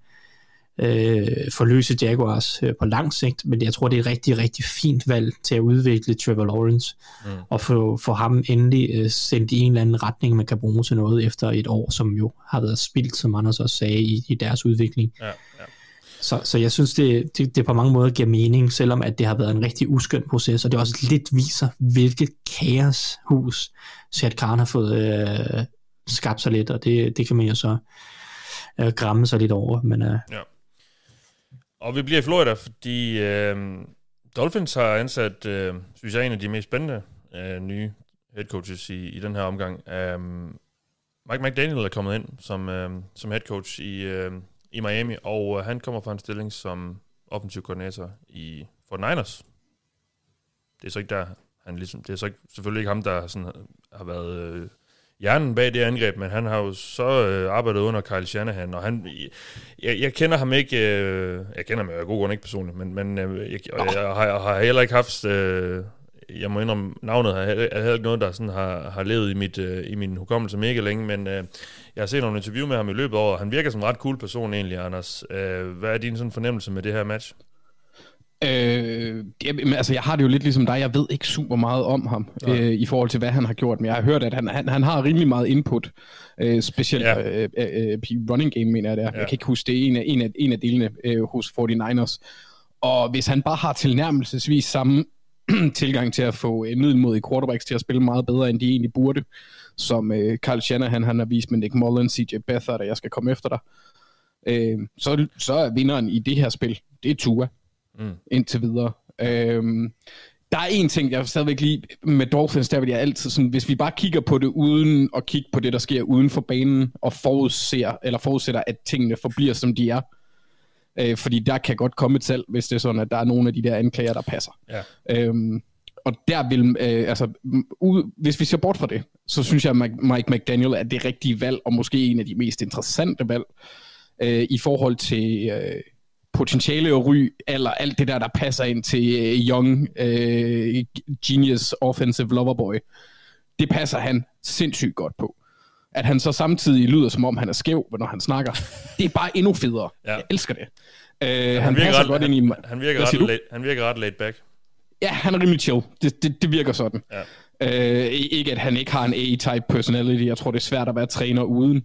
forløse Jaguars på lang sigt, men jeg tror, det er et rigtig, rigtig fint valg til at udvikle Trevor Lawrence, og få ham endelig sendt i en eller anden retning, man kan bruge til noget efter et år, som jo har været spildt, som Anders også sagde, i deres udvikling. Ja. Så jeg synes, det på mange måder giver mening, selvom at det har været en rigtig uskøn proces, og det også lidt viser, hvilket kaoshus Shad Khan har fået skabt sig lidt, og det kan man jo så gramme sig lidt over. Men, ja. Og vi bliver i Florida, fordi Dolphins har ansat, synes jeg, en af de mest spændende nye head coaches i den her omgang. Mike McDaniel er kommet ind som head coach i Miami, og han kommer fra en stilling som offensiv koordinator i 49ers. Det er så ikke der, det er så selvfølgelig ikke ham, der sådan har været hjernen bag det angreb, men han har jo så arbejdet under Kyle Shanahan, og jeg kender ham ikke, jeg kender ham af god grund ikke personligt, men jeg har heller ikke haft, jeg må indrømme, navnet er heller ikke noget, der sådan har levet i min hukommelse mega længe, men jeg har set nogle interview med ham i løbet af året, han virker som en ret cool person egentlig, Anders. Hvad er din sådan fornemmelse med det her match? Altså jeg har det jo lidt ligesom dig. Jeg ved ikke super meget om ham i forhold til hvad han har gjort, men jeg har hørt at han har rimelig meget input, specielt running game, mener jeg det er. Jeg kan ikke huske det, en af delene hos 49ers. Og hvis han bare har tilnærmelsesvis samme tilgang til at få middelmodige quarterbacks til at spille meget bedre end de egentlig burde, som Kyle Shanahan han har vist med Nick Mullins, CJ Beathard, at jeg skal komme efter dig, så er vinderen i det her spil, det er Tua. Indtil videre. Der er en ting, jeg stadigvæk lige med Dolphins, der vil jeg altid sådan, hvis vi bare kigger på det uden at kigge på det, der sker uden for banen, og forudsætter, at tingene forbliver, som de er. Fordi der kan godt komme et salg, hvis det er sådan, at der er nogle af de der anklager, der passer. Ja. Og der vil, hvis vi ser bort fra det, så synes jeg, at Mike McDaniel er det rigtige valg, og måske en af de mest interessante valg, i forhold til potentiale og ry, eller alt det der passer ind til young, genius, offensive loverboy, det passer han sindssygt godt på. At han så samtidig lyder, som om han er skæv, når han snakker, det er bare endnu federe. Ja. Jeg elsker det. Han passer godt ind i... Han virker ret laid back. Ja, han er rimelig chill. Det virker sådan. Ja. Ikke at han ikke har en A-type personality. Jeg tror, det er svært at være træner uden.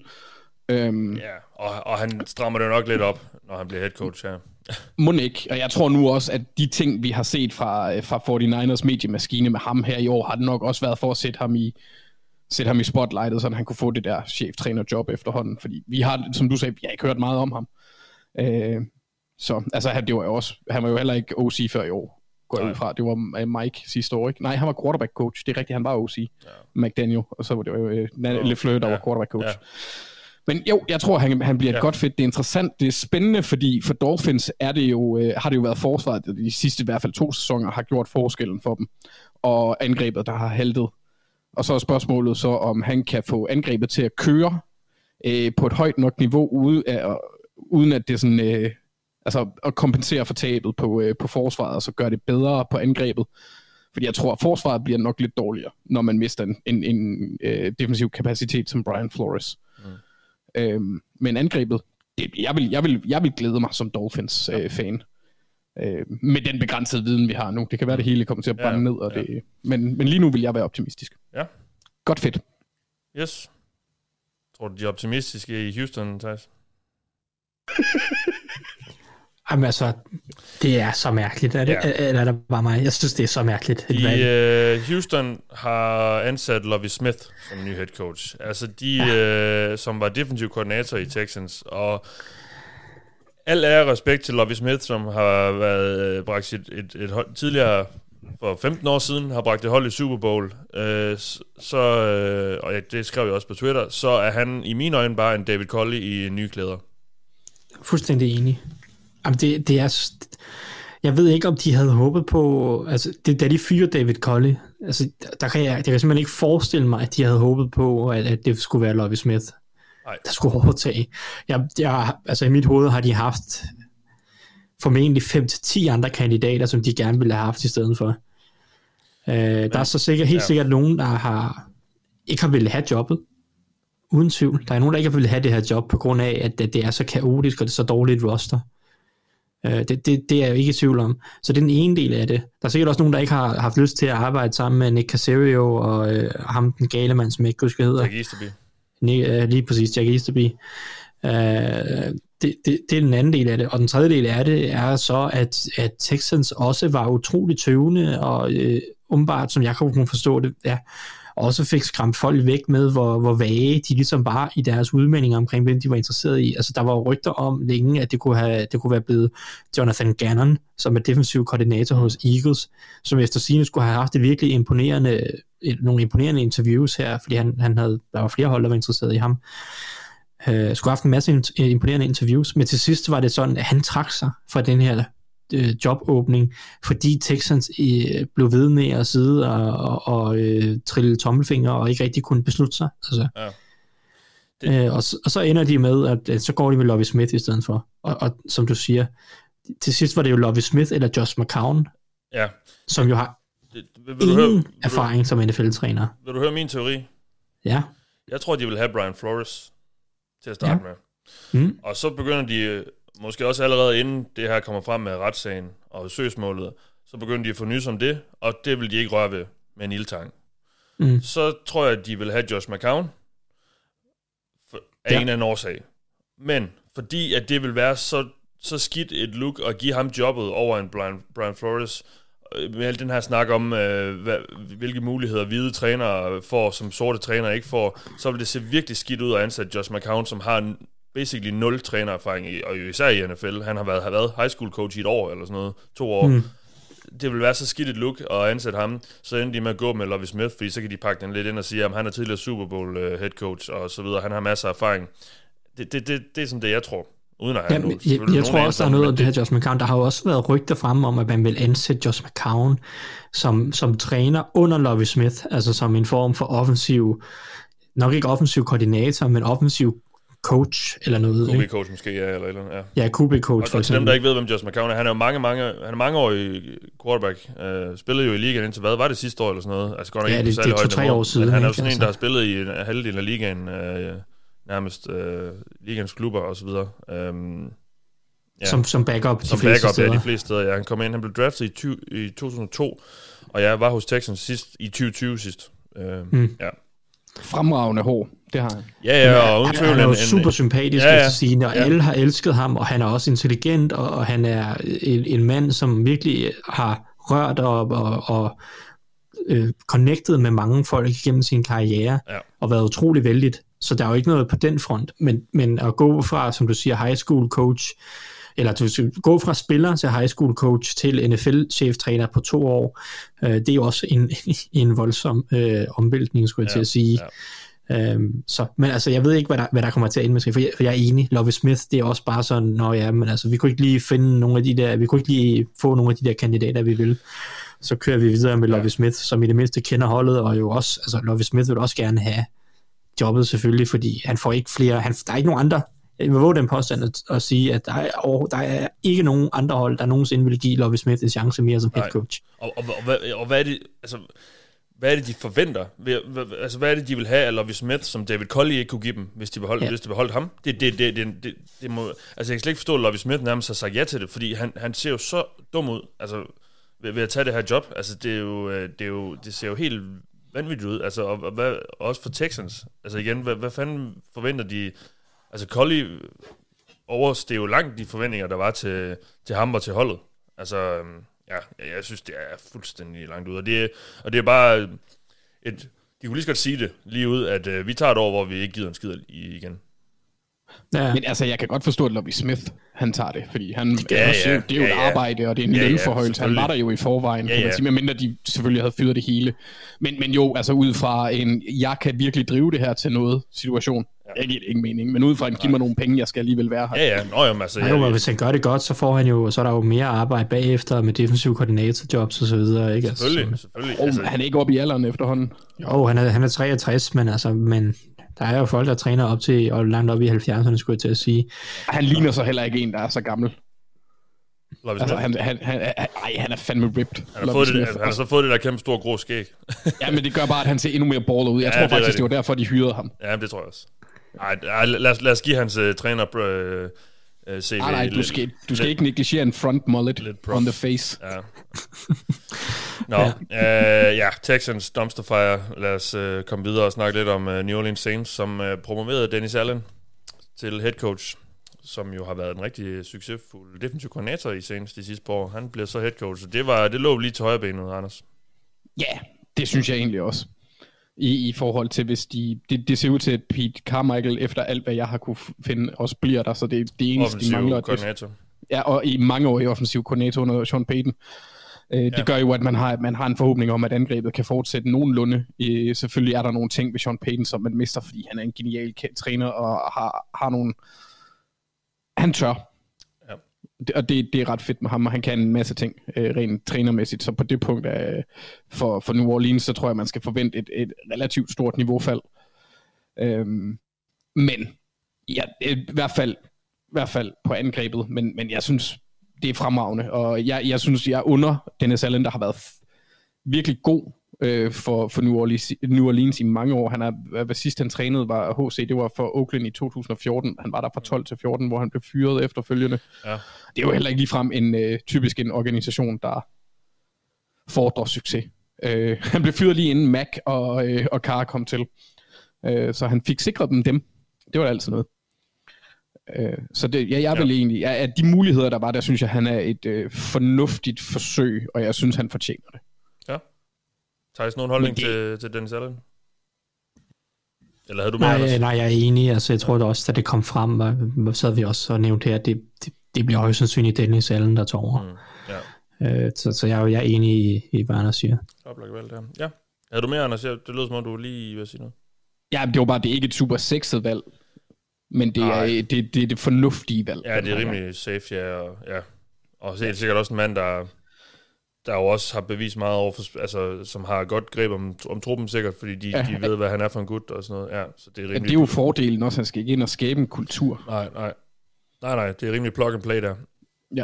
Og han strammer det nok lidt op, når han bliver head coach her. Må ikke. Og jeg tror nu også, at de ting, vi har set fra 49ers mediemaskine med ham her i år, har det nok også været for at sætte ham i spotlightet, så han kunne få det der cheftrænerjob efterhånden. Fordi vi har, som du sagde, vi har ikke hørt meget om ham. Så altså, det var jo også, han var jo heller ikke OC før i år, går jeg ud fra. Det var Mike sidste år, ikke? Nej, han var quarterback coach. Det er rigtigt, han var OC. Ja. McDaniel, og så var det jo LeFleur, der var quarterback coach. Ja. Men jo, jeg tror, han bliver et godt fit. Det er interessant, det er spændende, fordi for Dolphins har det jo været forsvaret, de sidste i hvert fald 2 sæsoner har gjort forskellen for dem. Og angrebet, der har haltet. Og så er spørgsmålet så, om han kan få angrebet til at køre på et højt nok niveau, uden at det sådan, at kompensere for tabet på forsvaret, og så gøre det bedre på angrebet. Fordi jeg tror, at forsvaret bliver nok lidt dårligere, når man mister en defensiv kapacitet som Brian Flores. Men angrebet, jeg vil glæde mig som Dolphins-fan. Med den begrænsede viden, vi har nu. Det kan være, det hele kommer til at brænde ned. Og det, men lige nu vil jeg være optimistisk. Ja. Godt fedt. Yes. Tror du, de er optimistiske i Houston, Thijs? Jamen altså, det er så mærkeligt. Eller er det bare mig? Jeg synes, det er så mærkeligt. Houston har ansat Lovie Smith som ny head coach. Altså som var defensive koordinator i Texans. Og al ære og respekt til Lovie Smith, som har bragt et hold tidligere for 15 år siden, har bragt et hold i Super Bowl. Og det skrev jeg også på Twitter, så er han i mine øjne bare en David Culley i nye klæder. Fuldstændig enig. Jamen det er... Jeg ved ikke, om de havde håbet på... Altså, da de fyrede David Culley, altså, jeg kan simpelthen ikke forestille mig, at de havde håbet på, at det skulle være Lovie Smith, der skulle overtage. Altså, i mit hoved har de haft formentlig 5-10 andre kandidater, som de gerne ville have haft i stedet for. Der er så helt sikkert nogen, der ikke har ville have jobbet. Uden tvivl. Der er nogen, der ikke har ville have det her job, på grund af, at det er så kaotisk, og det er så dårligt roster. Det er jeg jo ikke i tvivl om. Så det er den ene del af det. Der er sikkert også nogen, der ikke har haft lyst til at arbejde sammen med Nick Caserio og ham, den gale mand, som jeg ikke husker hedder. Jack Easterby. Lige præcis, Jack Easterby. Det er den anden del af det. Og den tredje del af det er så, at Texans også var utroligt tøvende, og umiddelbart, som jeg kunne forstå det, også fik skræmt folk væk med, hvor vage de ligesom var i deres udmeldinger omkring, hvem de var interesseret i. Altså, der var rygter om længe, at det kunne være blevet Jonathan Gannon, som er defensiv koordinator hos Eagles, som efter sigende skulle have haft nogle imponerende interviews her, fordi der var flere hold, der var interesseret i ham. Skulle have haft en masse imponerende interviews, men til sidst var det sådan, at han trak sig fra den her jobåbning, fordi Texans blev ved med at sidde og trille tommelfinger og ikke rigtig kunne beslutte sig. Altså. Ja. Og så ender de med, at så går de med Lovie Smith i stedet for. Og som du siger, til sidst var det jo Lovie Smith eller Josh McCown, som jo har ingen erfaring som NFL-træner. Vil du høre min teori? Ja. Jeg tror, de vil have Brian Flores til at starte med. Og så begynder de måske også allerede inden det her kommer frem med retssagen og søgsmålet, så begynder de at få nys om det, og det vil de ikke røre ved med en ildtang. Så tror jeg, at de vil have Josh McCown af en eller anden årsag. Men fordi at det vil være så skidt et look at give ham jobbet over en Brian Flores, med al den her snak om, hvilke muligheder hvide trænere får, som sorte trænere ikke får, så vil det se virkelig skidt ud at ansætte Josh McCown, som har basically 0 trænererfaring, og især i NFL. Han har været high school coach i 1 år, eller sådan noget, 2 år. Det vil være så skidt et look at ansætte ham, så ender de med at gå med Lovie Smith, fordi så kan de pakke den lidt ind og sige, at han er tidligere Super Bowl head coach, og så videre. Han har masser af erfaring. Det er sådan det, jeg tror. Uden at have jeg tror også, der er noget af det her Josh McCown. Der har jo også været rygter fremme om, at man vil ansætte Josh McCown som træner under Lovie Smith, altså som en form for offensiv, nok ikke offensiv koordinator, men offensiv coach eller noget. QB-coach måske, ja, eller andet, ja. Ja, QB-coach. Og til dem, der ikke ved, hvem Josh McCown er, han er jo han er mangeårig quarterback. Spillede jo i ligaen indtil hvad? Var det sidste år eller sådan noget? Altså godt nok ja, det er 2-3 år siden. Men han er jo sådan en, der har spillet i halvdelen af ligaen, nærmest ligaens klubber og så videre. Ja. Som backup de fleste steder. Ja, de fleste steder, ja. Han kom ind, han blev draftet i 2002, og jeg var hos Texans sidst i 2020 sidst. Ja. Fremragende hår, det har han. Ja, og uden tvivl. Han er jo super sympatisk, at sige, og alle har elsket ham, og han er også intelligent, og han er en mand, som virkelig har rørt og connectet med mange folk igennem sin karriere, og været utrolig vældigt. Så der er jo ikke noget på den front, men at gå fra, som du siger, high school coach, eller du gå fra spiller til high school coach til NFL-cheftræner på 2 år, det er jo også en voldsom omvæltning, skulle jeg til at sige. Ja. Men altså, jeg ved ikke, hvad der kommer til at ende med, for jeg er enig. Lovie Smith, det er også bare sådan, men altså, vi kunne ikke lige finde nogle af de der, vi kunne ikke lige få nogle af de der kandidater, vi vil. Så kører vi videre med Lovie Smith, som i det mindste kender holdet, og jo også, altså Lovie Smith vil også gerne have jobbet selvfølgelig, fordi han får ikke flere, der er ikke nogen andre. Jeg vil våge den påstand at sige, at der er ikke nogen andre hold, der nogensinde vil give Lovie Smith en chance mere som head coach. Og hvad er det, altså, hvad er det, de forventer? Altså, hvad er det, de vil have af Lovie Smith, som David Culley ikke kunne give dem, hvis de beholdt ham? Det må, altså, jeg kan slet ikke forstå, at Lovie Smith nærmest har sagt ja til det, fordi han ser jo så dum ud, altså, ved at tage det her job. Altså, det ser jo helt vanvittigt ud, altså, og også for Texans. Altså igen, hvad fanden forventer de? Altså, Culley oversteg jo langt de forventninger, der var til ham og til holdet. Altså, jeg synes, det er fuldstændig langt ud. Og det er bare de kunne lige så godt sige det lige ud, at vi tager et år, hvor vi ikke gider en skid igen. Ja. Men altså, jeg kan godt forstå, at Lovie Smith, han tager det, fordi det er jo et arbejde, og det er en lønforhøjelse. Han var der jo i forvejen, kan man sige, medmindre de selvfølgelig havde fyret det hele. Men jo, altså ud fra jeg kan virkelig drive det her til noget situation. Jeg giver det ikke mening, men ud fra giv mig nogle penge, jeg skal alligevel være her. Altså, hvis han gør det godt, så får han jo, så er der jo mere arbejde bagefter med defensive koordinatorjobs og så videre, ikke? Selvfølgelig. Altså, han er ikke oppe i alderen efterhånden. Jo, han er 63, men der er jo folk, der træner op til, og langt op i 70'erne, skulle jeg til at sige. Han ligner så heller ikke en, der er så gammel. Altså, han er fandme ripped. Han har så fået det der kæmpe store grå skæg. Ja, men det gør bare, at han ser endnu mere baller ud. Jeg tror faktisk, det var derfor, de hyrede ham. Ja, det tror jeg også. Lad os give hans træner CV. Nej, du skal ikke negligere en front mullet on the face. Ja. Texans dumpster fire. Lad os komme videre og snakke lidt om New Orleans Saints, som promoverede Dennis Allen til head coach, som jo har været en rigtig succesfuld defensiv koordinator i Saints de sidste par år. Han blev så head coach, og det lå lige til højrebenet, Anders. Ja, det synes jeg egentlig også. I forhold til, hvis det ser ud til, at Pete Carmichael, efter alt, hvad jeg har kunne finde, også bliver der, så det eneste, de mangler. Koordinator. Ja, og i mange år i offensiv koordinator under Sean Payton. Det gør jo, at man har en forhåbning om, at angrebet kan fortsætte nogenlunde. Selvfølgelig er der nogle ting ved Sean Payton, som man mister, fordi han er en genial træner, og har nogle... Han tør. Ja. Og det er ret fedt med ham, og han kan en masse ting rent trænermæssigt, så på det punkt for New Orleans, så tror jeg, man skal forvente et relativt stort niveaufald. Men ja, i hvert fald på angrebet, men jeg synes, det er fremragende, og jeg synes, jeg under Dennis Allen, der har været virkelig god for New Orleans i mange år. Han er, sidst han trænede var HC, det var for Oakland i 2014. Han var der fra 12 til 14, hvor han blev fyret efterfølgende. Ja. Det er jo heller ikke ligefrem typisk en organisation, der fordrer succes. Han blev fyret lige inden Mac og Carr kom til. Så han fik sikret dem. Det var altid noget. Så det, jeg vil egentlig, at de muligheder, der var, der synes jeg, han er et fornuftigt forsøg, og jeg synes, han fortjener det. Ja. Thijs, nogen holdning til Dennis Allen? Eller havde du med? Nej, jeg er enig. Altså, jeg tror da også, da det kom frem, så havde vi også så nævnt her, at det bliver højst sandsynligt Dennis Allen, der tager over. Så jeg er enig i hvad Anders siger. Oplagt valg der. Ja. Havde du med, Anders? Det lød som om, du lige vil sige noget. Ja, det var bare, det er ikke et super sexet valg, men det er det fornuftige valg. Ja, det er rimelig safe, ja. Og så er det sikkert også en mand, der der jo også har bevist meget over for, altså, som har godt greb om truppen sikkert, fordi de ved, hvad han er for en gut og sådan noget. Ja, så det er rimelig... det er jo fordelen også, han skal ikke ind og skabe en kultur. Nej, det er rimelig plug and play der. Ja.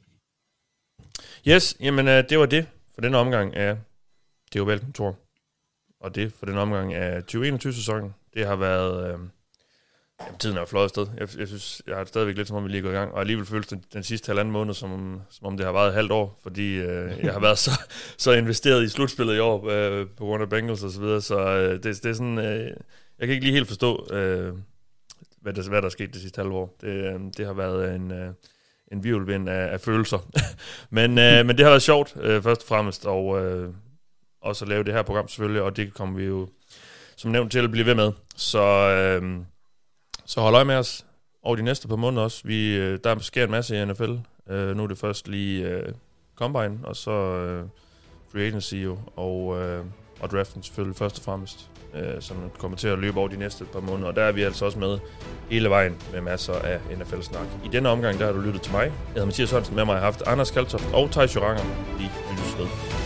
Yes, jamen det var det for den omgang af det ovale kontor. Og det for den omgang af 2021-sæsonen. Det har været... tiden er fløjet afsted. Jeg synes, jeg har stadigvæk lidt som om, vi lige går i gang. Og alligevel føles den sidste halvanden måned, som om det har været et halvt år. Fordi jeg har været så investeret i slutspillet i år på grund af Bengals og så videre. Så det er sådan... jeg kan ikke lige helt forstå, hvad der er sket det sidste halve år. Det har været en virvelvind af følelser. men det har været sjovt, først og fremmest. Og også at lave det her program selvfølgelig. Og det kommer vi jo, som nævnt, til at blive ved med. Så hold øje med os over de næste par måneder også. Der sker en masse i NFL. Nu er det først lige Combine, og så Free Agency jo, og draften selvfølgelig først og fremmest, som kommer til at løbe over de næste par måneder. Og der er vi altså også med hele vejen med masser af NFL-snak. I denne omgang, der har du lyttet til mig. Jeg hedder Mathias Sørensen, med mig har haft Anders Kaltoft og Thijs Joranger. Vi lyttes ved.